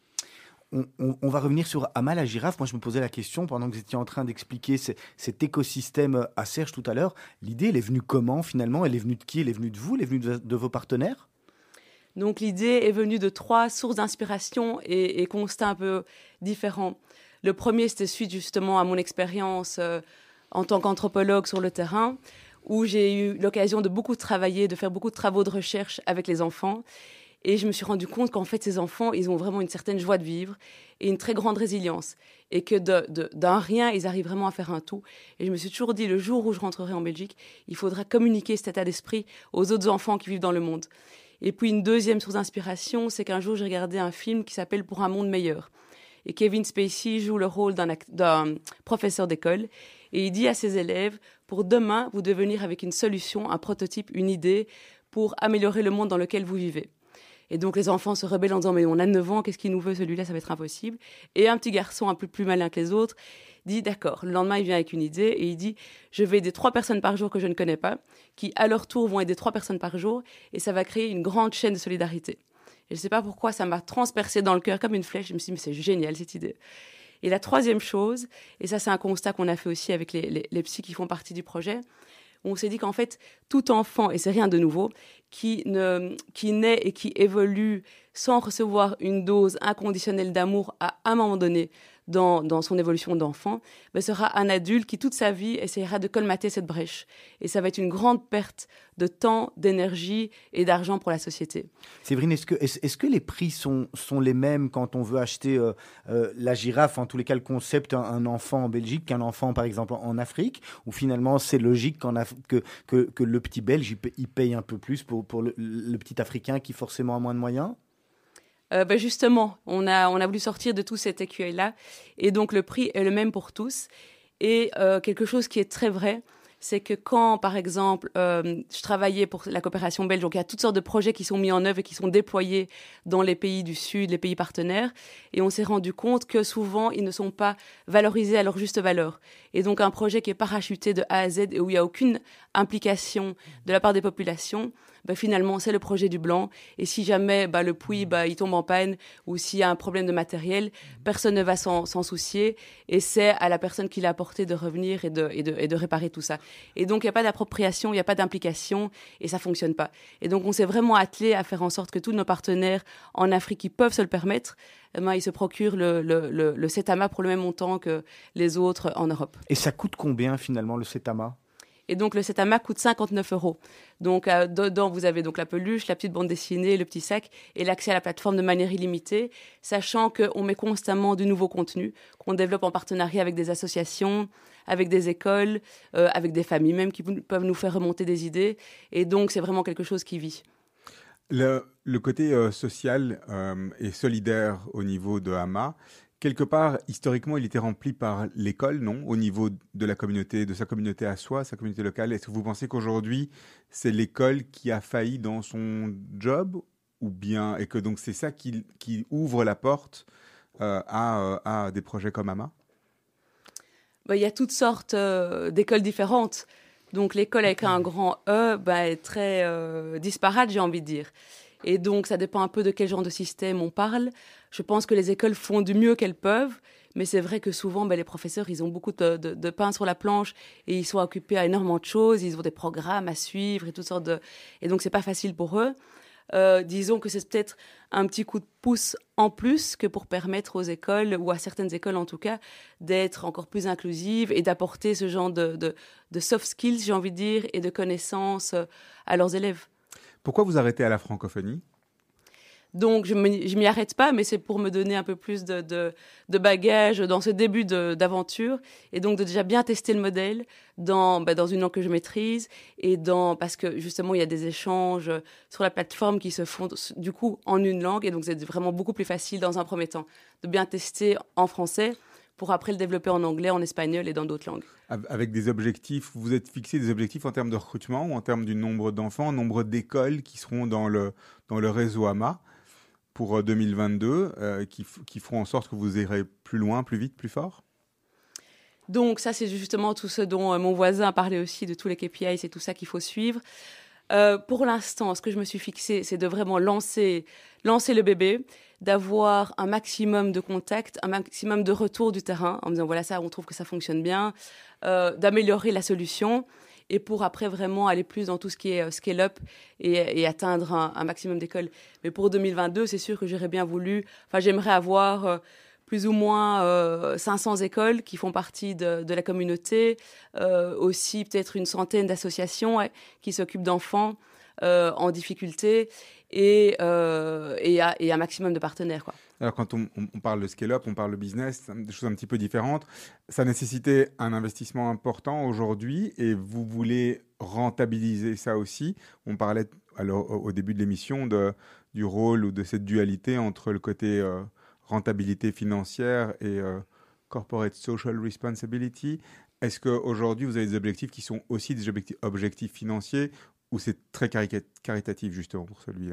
On, on, on va revenir sur Ama la girafe. Moi, je me posais la question pendant que vous étiez en train d'expliquer c- cet écosystème à Serge tout à l'heure. L'idée, elle est venue comment finalement ? Elle est venue de qui ? Elle est venue de vous ? Elle est venue de, de vos partenaires ? Donc, l'idée est venue de trois sources d'inspiration et, et constats un peu différents. Le premier, c'était suite justement à mon expérience euh, en tant qu'anthropologue sur le terrain, où j'ai eu l'occasion de beaucoup travailler, de faire beaucoup de travaux de recherche avec les enfants. Et je me suis rendu compte qu'en fait, ces enfants, ils ont vraiment une certaine joie de vivre et une très grande résilience. Et que de, de, d'un rien, ils arrivent vraiment à faire un tout. Et je me suis toujours dit, le jour où je rentrerai en Belgique, il faudra communiquer cet état d'esprit aux autres enfants qui vivent dans le monde. Et puis une deuxième source d'inspiration, c'est qu'un jour, j'ai regardé un film qui s'appelle « Pour un monde meilleur ». Et Kevin Spacey joue le rôle d'un, act- d'un professeur d'école. Et il dit à ses élèves, pour demain, vous devez venir avec une solution, un prototype, une idée pour améliorer le monde dans lequel vous vivez. Et donc les enfants se rebellent en disant, mais on a neuf ans, qu'est-ce qu'il nous veut celui-là, ça va être impossible. Et un petit garçon un peu plus malin que les autres dit, d'accord, le lendemain il vient avec une idée et il dit, je vais aider trois personnes par jour que je ne connais pas, qui à leur tour vont aider trois personnes par jour, et ça va créer une grande chaîne de solidarité. Et je ne sais pas pourquoi, ça m'a transpercé dans le cœur comme une flèche, je me suis dit, mais c'est génial cette idée. Et la troisième chose, et ça c'est un constat qu'on a fait aussi avec les, les, les psys qui font partie du projet, on s'est dit qu'en fait, tout enfant, et c'est rien de nouveau, qui, ne, qui naît et qui évolue sans recevoir une dose inconditionnelle d'amour à un moment donné dans, dans son évolution d'enfant, ben sera un adulte qui, toute sa vie, essaiera de colmater cette brèche. Et ça va être une grande perte de temps, d'énergie et d'argent pour la société. Séverine, est-ce que, est-ce, est-ce que les prix sont, sont les mêmes quand on veut acheter euh, euh, la girafe, en tous les cas le concept, un, un enfant en Belgique qu'un enfant, par exemple, en, en Afrique, ou finalement c'est logique qu'en Af- que, que, que le petit Belge, il paye, il paye un peu plus pour, pour le, le petit Africain qui forcément a moins de moyens ? Euh, ben justement, on a, on a voulu sortir de tout cet écueil-là. Et donc, le prix est le même pour tous. Et euh, quelque chose qui est très vrai, c'est que quand, par exemple, euh, je travaillais pour la coopération belge, donc il y a toutes sortes de projets qui sont mis en œuvre et qui sont déployés dans les pays du Sud, les pays partenaires. Et on s'est rendu compte que souvent, ils ne sont pas valorisés à leur juste valeur. Et donc, un projet qui est parachuté de A à Z et où il n'y a aucune implication de la part des populations, bah, finalement, c'est le projet du blanc. Et si jamais bah, le puits bah, il tombe en panne ou s'il y a un problème de matériel, personne ne va s'en, s'en soucier. Et c'est à la personne qui l'a apporté de revenir et de, et de, et de réparer tout ça. Et donc, il n'y a pas d'appropriation, il n'y a pas d'implication et ça ne fonctionne pas. Et donc, on s'est vraiment attelé à faire en sorte que tous nos partenaires en Afrique qui peuvent se le permettre, eh ben, ils se procurent le, le, le, le CETAMA pour le même montant que les autres en Europe. Et ça coûte combien finalement le CETAMA ? Et donc, le set hamac coûte cinquante-neuf euros. Donc, euh, dedans, vous avez donc la peluche, la petite bande dessinée, le petit sac et l'accès à la plateforme de manière illimitée, sachant qu'on met constamment du nouveau contenu qu'on développe en partenariat avec des associations, avec des écoles, euh, avec des familles même qui peuvent nous faire remonter des idées. Et donc, c'est vraiment quelque chose qui vit. Le, le côté euh, social euh, et solidaire au niveau de Hama, quelque part, historiquement, il était rempli par l'école, non? Au niveau de la communauté, de sa communauté à soi, sa communauté locale. Est-ce que vous pensez qu'aujourd'hui, c'est l'école qui a failli dans son job? Ou bien, et que donc c'est ça qui, qui ouvre la porte euh, à, à des projets comme Hama? Ben, il y a toutes sortes euh, d'écoles différentes. Donc l'école avec un grand E ben, est très euh, disparate, j'ai envie de dire. Et donc ça dépend un peu de quel genre de système on parle. Je pense que les écoles font du mieux qu'elles peuvent, mais c'est vrai que souvent ben, les professeurs, ils ont beaucoup de, de, de pain sur la planche et ils sont occupés à énormément de choses, ils ont des programmes à suivre et toutes sortes de... Et donc c'est pas facile pour eux. Euh, disons que c'est peut-être un petit coup de pouce en plus que pour permettre aux écoles, ou à certaines écoles en tout cas, d'être encore plus inclusives et d'apporter ce genre de, de, de soft skills, j'ai envie de dire, et de connaissances à leurs élèves. Pourquoi vous arrêtez à la francophonie? Donc, je ne m'y arrête pas, mais c'est pour me donner un peu plus de, de, de bagages dans ce début de, d'aventure. Et donc, de déjà bien tester le modèle dans, bah, dans une langue que je maîtrise. Et dans, parce que, justement, il y a des échanges sur la plateforme qui se font, du coup, en une langue. Et donc, c'est vraiment beaucoup plus facile, dans un premier temps, de bien tester en français pour après le développer en anglais, en espagnol et dans d'autres langues. Avec des objectifs, vous êtes fixé des objectifs en termes de recrutement ou en termes du nombre d'enfants, nombre d'écoles qui seront dans le, dans le réseau Hama pour deux mille vingt-deux, euh, qui, qui feront en sorte que vous irez plus loin, plus vite, plus fort? Donc ça, c'est justement tout ce dont euh, mon voisin a parlé aussi, de tous les K P I, c'est tout ça qu'il faut suivre. Euh, pour l'instant, ce que je me suis fixé, c'est de vraiment lancer, lancer le bébé, d'avoir un maximum de contacts, un maximum de retours du terrain, en me disant, voilà, ça, on trouve que ça fonctionne bien, euh, d'améliorer la solution, et pour après vraiment aller plus dans tout ce qui est euh, scale-up et, et atteindre un, un maximum d'écoles. Mais pour deux mille vingt-deux, c'est sûr que j'aurais bien voulu, enfin, j'aimerais avoir euh, plus ou moins euh, cinq cents écoles qui font partie de, de la communauté, euh, aussi peut-être une centaine d'associations ouais, qui s'occupent d'enfants euh, en difficulté et, euh, et, à, et un maximum de partenaires, quoi. Alors, quand on, on parle de scale-up, on parle de business, des choses un petit peu différentes. Ça nécessitait un investissement important aujourd'hui et vous voulez rentabiliser ça aussi. On parlait alors, au début de l'émission de, du rôle ou de cette dualité entre le côté euh, rentabilité financière et euh, corporate social responsibility. Est-ce qu'aujourd'hui, vous avez des objectifs qui sont aussi des objectifs, objectifs financiers ou c'est très cari- caritatif justement pour celui-là?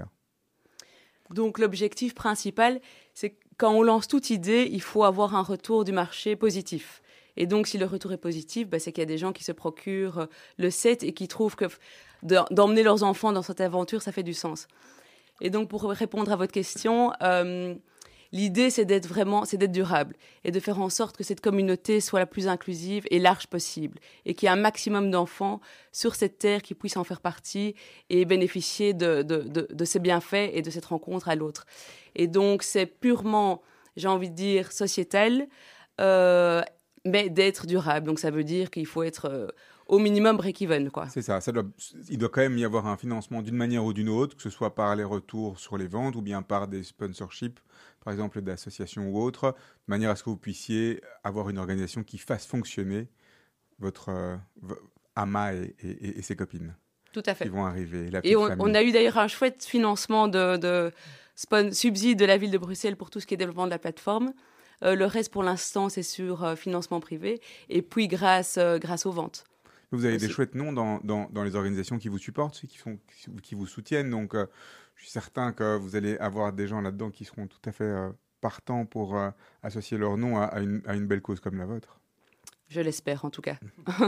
Donc l'objectif principal, c'est que quand on lance toute idée, il faut avoir un retour du marché positif. Et donc si le retour est positif, bah, c'est qu'il y a des gens qui se procurent le set et qui trouvent que d'emmener leurs enfants dans cette aventure, ça fait du sens. Et donc pour répondre à votre question, euh, l'idée c'est d'être vraiment, c'est d'être durable et de faire en sorte que cette communauté soit la plus inclusive et large possible et qu'il y ait un maximum d'enfants sur cette terre qui puissent en faire partie et bénéficier de, de, de, de ces bienfaits et de cette rencontre à l'autre. Et donc c'est purement, j'ai envie de dire, sociétal, euh, mais d'être durable. Donc ça veut dire qu'il faut être euh, au minimum break-even, quoi. C'est ça, ça doit, il doit quand même y avoir un financement d'une manière ou d'une autre, que ce soit par les retours sur les ventes ou bien par des sponsorships, par exemple d'associations ou autres, de manière à ce que vous puissiez avoir une organisation qui fasse fonctionner votre euh, Hama et, et, et ses copines. Tout à fait. Qui vont arriver. La et on, on a eu d'ailleurs un chouette financement de, de spon- subside de la ville de Bruxelles pour tout ce qui est développement de la plateforme. Euh, le reste, pour l'instant, c'est sur euh, financement privé et puis grâce, euh, grâce aux ventes. Vous avez aussi. Des chouettes noms dans, dans, dans les organisations qui vous supportent, ceux qui, font, qui vous soutiennent. Donc, euh, je suis certain que vous allez avoir des gens là-dedans qui seront tout à fait euh, partants pour euh, associer leur nom à, à, une, à une belle cause comme la vôtre. Je l'espère, en tout cas.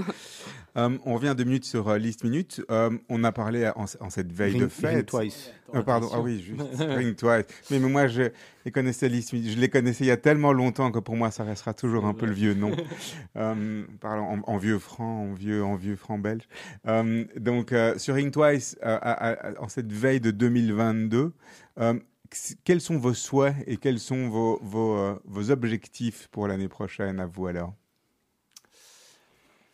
euh, on revient deux minutes sur euh, List Minute. Euh, on a parlé en, en cette veille Ring, de fête. Ring Twice. Euh, pardon, ah oui, juste Ring Twice. Mais, mais moi, je les connaissais List Minute. Je les connaissais il y a tellement longtemps que pour moi, ça restera toujours un peu le vieux nom. euh, parlant en, en vieux franc, en vieux, en vieux franc belge. Euh, donc, euh, sur Ring Twice, euh, à, à, en cette veille de deux mille vingt-deux, euh, quels sont vos souhaits et quels sont vos, vos, euh, vos objectifs pour l'année prochaine à vous alors?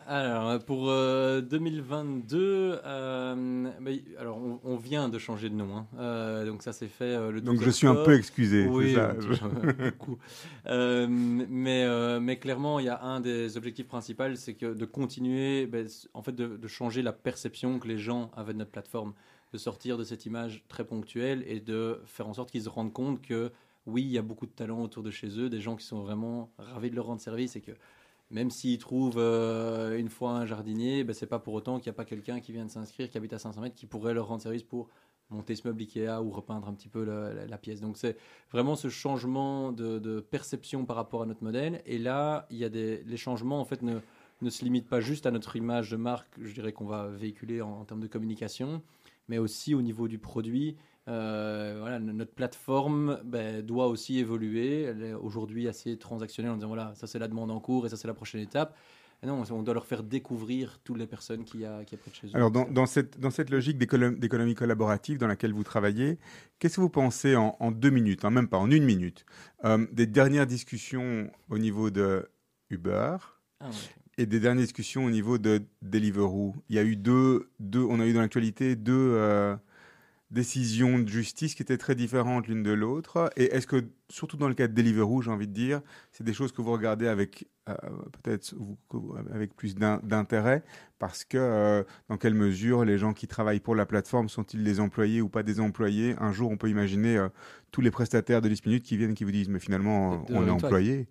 Alors, pour euh, deux mille vingt-deux, euh, bah, alors on, on vient de changer de nom. Hein. Euh, donc ça s'est fait euh, le douze Donc je suis un peu excusé. Oui, c'est ça. beaucoup. Euh, mais, euh, mais clairement, il y a un des objectifs principaux, c'est que de continuer, ben, en fait, de, de changer la perception que les gens avaient de notre plateforme, de sortir de cette image très ponctuelle et de faire en sorte qu'ils se rendent compte que oui, il y a beaucoup de talents autour de chez eux, des gens qui sont vraiment ravis de leur rendre service et que même s'ils trouvent euh, une fois un jardinier, ben, c'est pas pour autant qu'il n'y a pas quelqu'un qui vient de s'inscrire, qui habite à cinq cents mètres, qui pourrait leur rendre service pour monter ce meuble Ikea ou repeindre un petit peu la, la, la pièce. Donc c'est vraiment ce changement de, de perception par rapport à notre modèle. Et là, il y a des, les changements en fait ne, ne se limitent pas juste à notre image de marque, je dirais qu'on va véhiculer en, en termes de communication, mais aussi au niveau du produit. Euh, voilà, notre plateforme ben, doit aussi évoluer. Elle est aujourd'hui assez transactionnelle en disant voilà, ça c'est la demande en cours et ça c'est la prochaine étape. Et non, on doit leur faire découvrir toutes les personnes qu'il y a, qu'il y a près de chez eux. Alors, dans, dans, cette, dans cette logique d'économie, d'économie collaborative dans laquelle vous travaillez, qu'est-ce que vous pensez en, en deux minutes, hein, même pas en une minute, euh, des dernières discussions au niveau de Uber ah, ouais. et des dernières discussions au niveau de Deliveroo? Il y a eu deux, deux on a eu dans l'actualité deux euh, décisions de justice qui étaient très différentes l'une de l'autre. Et est-ce que, surtout dans le cas de Deliveroo, j'ai envie de dire, c'est des choses que vous regardez avec euh, peut-être vous, avec plus d'in, d'intérêt, parce que euh, dans quelle mesure les gens qui travaillent pour la plateforme sont-ils des employés ou pas des employés? Un jour, on peut imaginer euh, tous les prestataires de dix minutes qui viennent et qui vous disent mais finalement, de, de on est employés.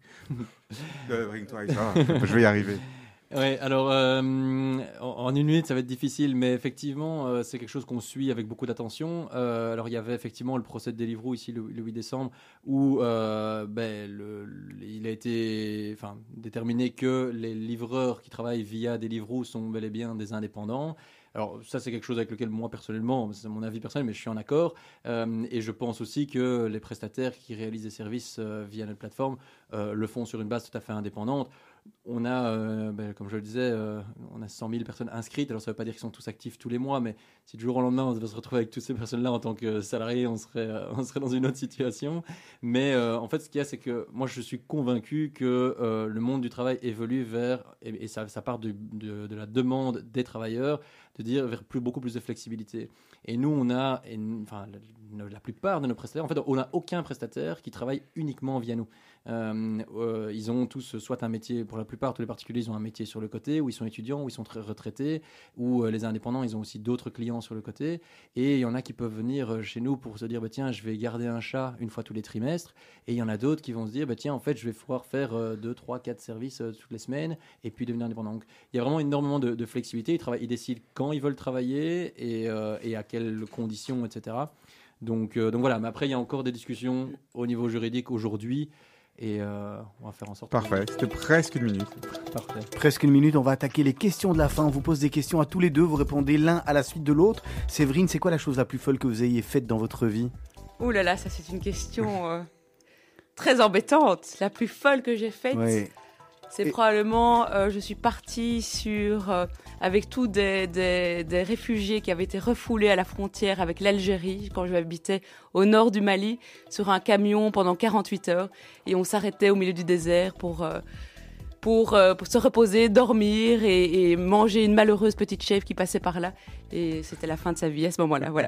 de Ring Twice, ah, je vais y arriver. Oui, alors euh, en, en une minute ça va être difficile, mais effectivement euh, c'est quelque chose qu'on suit avec beaucoup d'attention. Euh, alors il y avait effectivement le procès de Deliveroo ici le, le huit décembre où euh, ben, le, le, il a été enfin, déterminé que les livreurs qui travaillent via Deliveroo sont bel et bien des indépendants. Alors ça c'est quelque chose avec lequel moi personnellement, c'est mon avis personnel, mais je suis en accord. Euh, et je pense aussi que les prestataires qui réalisent des services euh, via notre plateforme euh, le font sur une base tout à fait indépendante. On a, euh, ben, comme je le disais, euh, on a cent mille personnes inscrites. Alors ça ne veut pas dire qu'ils sont tous actifs tous les mois, mais si du jour au lendemain on devait se retrouver avec toutes ces personnes-là en tant que salariés, on serait, euh, on serait dans une autre situation. Mais euh, en fait, ce qu'il y a, c'est que moi je suis convaincu que euh, le monde du travail évolue vers, et, et ça, ça part de, de, de la demande des travailleurs, de dire vers plus, beaucoup plus de flexibilité. Et nous, on a, et, enfin, la, la plupart de nos prestataires, en fait, on n'a aucun prestataire qui travaille uniquement via nous. Euh, euh, ils ont tous soit un métier, pour la plupart, tous les particuliers, ils ont un métier sur le côté, ou ils sont étudiants, ou ils sont très retraités, ou euh, les indépendants, ils ont aussi d'autres clients sur le côté. Et il y en a qui peuvent venir chez nous pour se dire, bah, tiens, je vais garder un chat une fois tous les trimestres. Et il y en a d'autres qui vont se dire, bah, tiens, en fait, je vais pouvoir faire euh, deux, trois, quatre services euh, toutes les semaines, et puis devenir indépendant. Donc, il y a vraiment énormément de, de flexibilité. Ils, travaillent, ils décident quand ils veulent travailler et, euh, et à quelles conditions, et cetera. Donc, euh, donc voilà, mais après, il y a encore des discussions au niveau juridique aujourd'hui. Et euh, on va faire en sorte. Parfait, que... c'était presque une minute. Parfait. Presque une minute, on va attaquer les questions de la fin. On vous pose des questions à tous les deux, vous répondez l'un à la suite de l'autre. Séverine, c'est quoi la chose la plus folle que vous ayez faite dans votre vie? Ouh là là, ça c'est une question euh, très embêtante. La plus folle que j'ai faite, ouais. c'est Et... probablement, euh, je suis partie sur, euh, avec tous des, des, des réfugiés qui avaient été refoulés à la frontière avec l'Algérie, quand je habitais au nord du Mali, sur un camion pendant quarante-huit heures. Et on s'arrêtait au milieu du désert pour, euh, pour, euh, pour se reposer, dormir et, et manger une malheureuse petite chèvre qui passait par là. Et c'était la fin de sa vie à ce moment-là, voilà.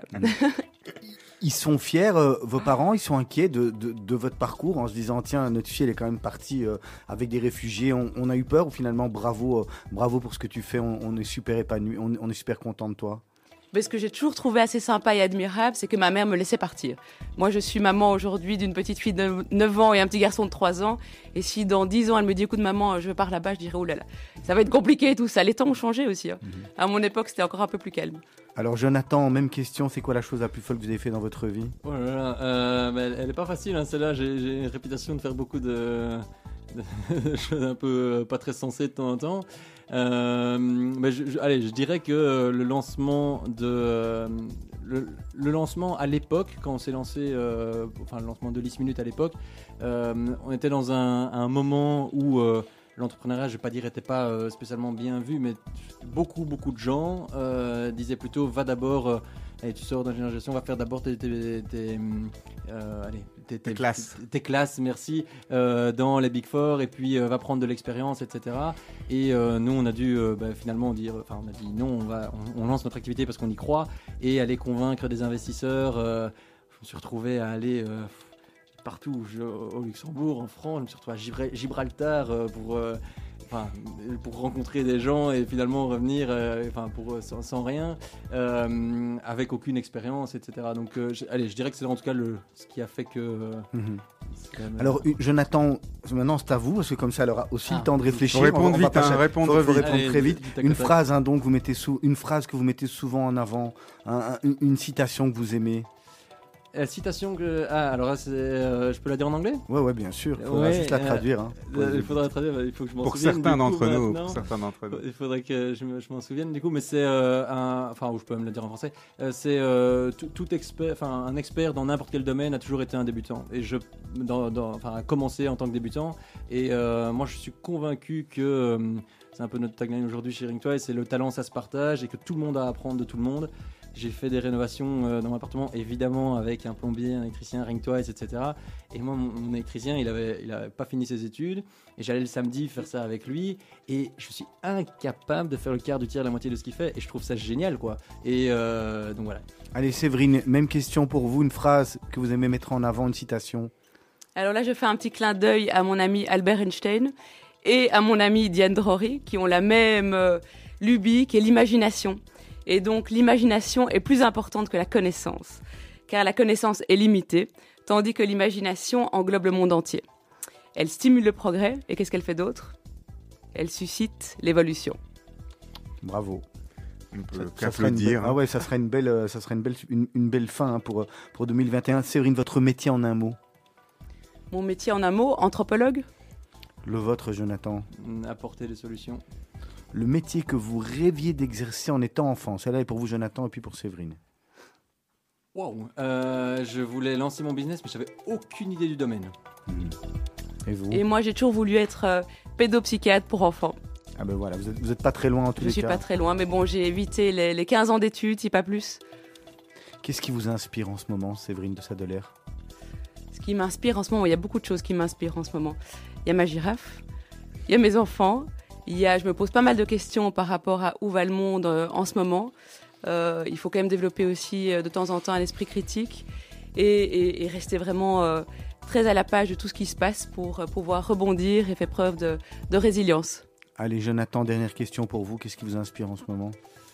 Ils sont fiers, euh, vos parents, ils sont inquiets de, de, de votre parcours en se disant tiens, notre fille elle est quand même partie euh, avec des réfugiés, on, on a eu peur ou finalement bravo, euh, bravo pour ce que tu fais, on, on est super épanoui, on, on est super content de toi? Mais ce que j'ai toujours trouvé assez sympa et admirable, c'est que ma mère me laissait partir. Moi, je suis maman aujourd'hui d'une petite fille de neuf ans et un petit garçon de trois ans. Et si dans dix ans, elle me dit, écoute maman, je pars là-bas, je dirais, oh là là, ça va être compliqué et tout ça. Les temps ont changé aussi. Hein. Mm-hmm. À mon époque, c'était encore un peu plus calme. Alors Jonathan, même question, c'est quoi la chose la plus folle que vous avez fait dans votre vie? Oh là là, euh, bah, elle n'est pas facile, hein, celle-là. J'ai, j'ai une réputation de faire beaucoup de, de, de choses un peu pas très sensées de temps en temps. Euh, mais je, je, allez, je dirais que le lancement de euh, le, le lancement à l'époque, quand on s'est lancé, euh, enfin le lancement de dix minutes à l'époque, euh, on était dans un, un moment où euh, l'entrepreneuriat, je ne vais pas dire, n'était pas euh, spécialement bien vu, mais beaucoup, beaucoup de gens euh, disaient plutôt, va d'abord, euh, allez, tu sors d'ingénierie de gestion, va faire d'abord tes, tes, tes, euh, allez, t'es, T'es classe. T'es classe, merci, euh, dans les Big Four, et puis euh, va prendre de l'expérience, et cetera. Et euh, nous, on a dû euh, bah, finalement dire, enfin, on a dit non, on, va, on, on lance notre activité parce qu'on y croit, et aller convaincre des investisseurs. Euh, je me suis retrouvé à aller euh, partout, je, au Luxembourg, en France, je me suis retrouvé à Gibra- Gibraltar euh, pour... Euh, Enfin, pour rencontrer des gens et finalement revenir euh, enfin, pour, sans, sans rien, euh, avec aucune expérience, et cetera. Donc, euh, je, allez, je dirais que c'est en tout cas le, ce qui a fait que... Euh, Mhm. c'est quand même, Alors, euh, Jonathan, maintenant c'est à vous, parce que comme ça, elle aura aussi Ah. le temps de réfléchir. Faut répondre On va- on va vite, pas hein, cher- répondre faut- faut vite. répondre Allez, très vite. du tac au Une tac. phrase, hein, donc, vous mettez sous, une phrase que vous mettez souvent en avant, un- un- une, une citation que vous aimez. La citation que... Ah, alors là, c'est, euh, je peux la dire en anglais? Ouais, ouais, bien sûr. Il faudra Ouais, juste la euh, traduire. Hein. Euh, Il faudra traduire, il faut que je m'en Pour souvienne. certains du coup, d'entre nous, maintenant. pour certains d'entre nous. Il faudrait que je, me- je m'en souvienne du coup, mais c'est euh, un, enfin, ou je peux même le dire en français. Euh, c'est euh, tout, tout expert, enfin, un expert dans n'importe quel domaine a toujours été un débutant. Et je, dans, dans- enfin, a commencé en tant que débutant. Et euh, moi, je suis convaincu que euh, c'est un peu notre tagline aujourd'hui chez Ring Twice, c'est le talent, ça se partage et que tout le monde a à apprendre de tout le monde. J'ai fait des rénovations euh, dans mon appartement, évidemment avec un plombier, un électricien, Ring Twice, et cetera. Et moi, mon, mon électricien, il avait, il avait pas fini ses études. Et j'allais le samedi faire ça avec lui. Et je suis incapable de faire le quart du tiers, la moitié de ce qu'il fait. Et je trouve ça génial, quoi. Et euh, donc voilà. Allez, Séverine, même question pour vous. Une phrase que vous aimez mettre en avant, une citation. Alors là, je fais un petit clin d'œil à mon ami Albert Einstein et à mon ami Diane Drory, qui ont la même euh, lubie, qui est l'imagination. Et donc, l'imagination est plus importante que la connaissance, car la connaissance est limitée, tandis que l'imagination englobe le monde entier. Elle stimule le progrès, et qu'est-ce qu'elle fait d'autre? Elle suscite l'évolution. Bravo. On peut Ça- ça serait une qu'applaudir. belle- Ah ouais, ça serait une belle, euh, ça serait une belle, une, une belle fin hein, pour, euh, pour deux mille vingt et un. Séverine, votre métier en un mot. Mon métier en un mot, anthropologue. Le vôtre, Jonathan. Apporter des solutions. Le métier que vous rêviez d'exercer en étant enfant. Celle-là est pour vous, Jonathan, et puis pour Séverine. Wow. Euh, je voulais lancer mon business, mais j'avais aucune idée du domaine. Et vous? Et moi, j'ai toujours voulu être euh, pédopsychiatre pour enfants. Ah ben voilà, vous êtes, vous êtes pas très loin en tous Je les suis cas. pas très loin, mais bon, j'ai évité les, les quinze ans d'études, si pas plus. Qu'est-ce qui vous inspire en ce moment, Séverine de Sadeler? Ce qui m'inspire en ce moment, il y a beaucoup de choses qui m'inspirent en ce moment. Il y a ma girafe, il y a mes enfants, il y a, je me pose pas mal de questions par rapport à où va le monde euh, en ce moment. Euh, il faut quand même développer aussi euh, de temps en temps un esprit critique et, et- et rester vraiment euh, très à la page de tout ce qui se passe pour euh, pouvoir rebondir et faire preuve de, de résilience. Allez, Jonathan, dernière question pour vous. Qu'est-ce qui vous inspire en ce moment?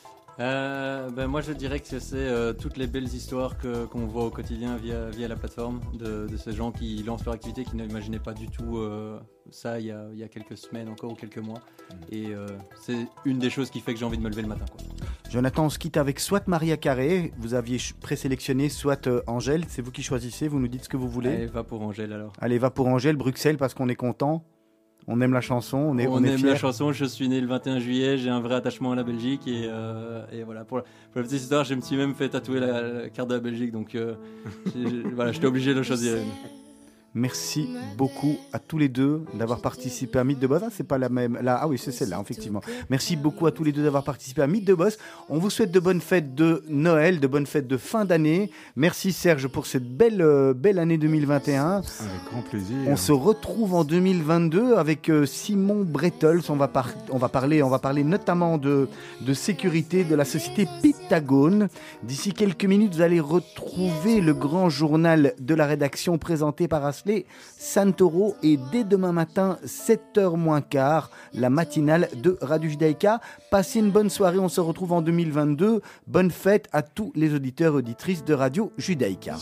Euh, ben moi je dirais que c'est euh, toutes les belles histoires que, qu'on voit au quotidien via, via la plateforme de, de ces gens qui lancent leur activité, qui n'imaginaient pas du tout euh, ça il y, a, il y a quelques semaines encore ou quelques mois. Et euh, c'est une des choses qui fait que j'ai envie de me lever le matin, quoi. Jonathan, on se quitte avec soit Maria Carré, vous aviez ch- présélectionné, soit euh, Angèle. C'est vous qui choisissez, vous nous dites ce que vous voulez. Allez, va pour Angèle alors. Allez, va pour Angèle, Bruxelles, parce qu'on est content. On aime la chanson, on est, on on est aime fiers. la chanson, je suis né le vingt et un juillet, j'ai un vrai attachement à la Belgique et, euh, et voilà, pour la, pour la petite histoire, je me suis même fait tatouer la, la carte de la Belgique, donc euh, j'ai- j'ai- voilà, j'étais obligé de choisir une. Merci beaucoup à tous les deux d'avoir participé à Mythe de Boss. Ah, c'est pas la même. Là, ah oui, c'est celle-là, effectivement. Merci beaucoup à tous les deux d'avoir participé à Mythe de Boss. On vous souhaite de bonnes fêtes de Noël, de bonnes fêtes de fin d'année. Merci Serge pour cette belle, euh, belle année deux mille vingt et un. Avec grand plaisir. On se retrouve en deux mille vingt-deux avec euh, Simon Bretels. On va, par- on, va parler, on va parler notamment de, de sécurité de la société Pythagone. D'ici quelques minutes, vous allez retrouver le grand journal de la rédaction présenté par Ashley Santoro. Et dès demain matin, sept heures moins quart, la matinale de Radio Judaïka. Passez une bonne soirée, on se retrouve en deux mille vingt-deux. Bonne fête à tous les auditeurs et auditrices de Radio Judaïka.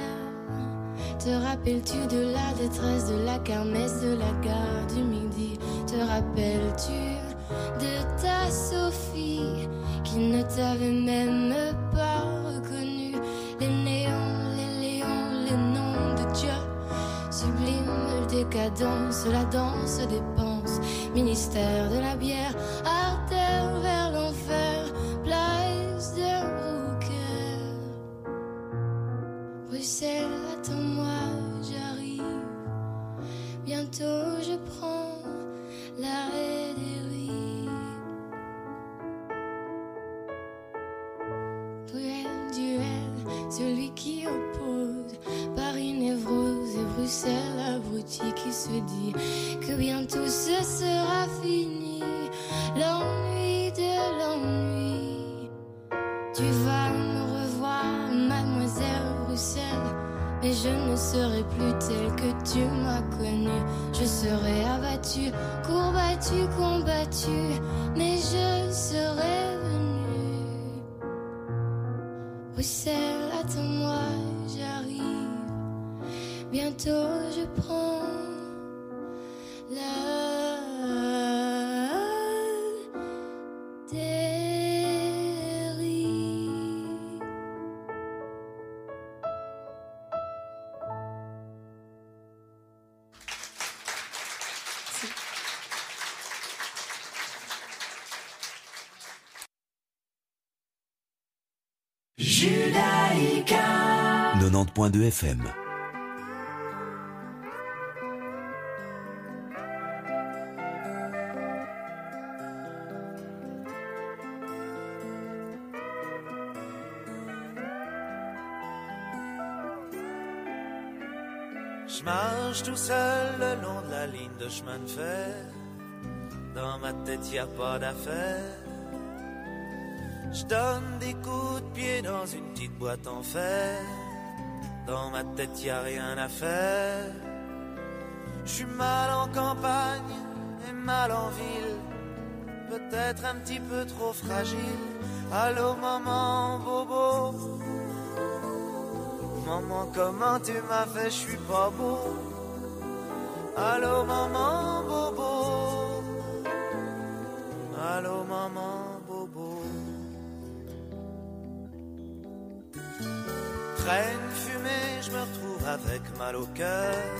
Te rappelles-tu de la détresse, de la kermesse, de la gare du midi? Te rappelles-tu de ta Sophie qui ne t'avait même pas reconnu? Les néons, les léons, les noms de Dieu, sublime décadence, la danse des penses, ministère de la bière, artère vers l'enfer, place de Brooker. Bruxelles, attends-moi, j'arrive. Bientôt je prends l'arrêt des rives. Duel, duel, celui qui oppose par une névrose tout ce sera fini. L'ennui de l'ennui. Tu vas me revoir, mademoiselle Bruxelles, mais je ne serai plus telle que tu m'as connue. Je serai abattue, courbattue, combattue, mais je serai venue. Bruxelles, attends-moi, j'arrive. Bientôt je prends la dérive. Judaïka quatre-vingt-dix point deux F M. Je marche tout seul le long de la ligne de chemin de fer. Dans ma tête y a pas d'affaires. Je donne des coups de pied dans une petite boîte en fer. Dans ma tête y a rien à faire. Je suis mal en campagne et mal en ville. Peut-être un petit peu trop fragile. Allô maman bobo. Maman comment tu m'as fait, je suis pas beau. Allô maman bobo. Allô maman bobo. Traîne fumée, je me retrouve avec mal au cœur.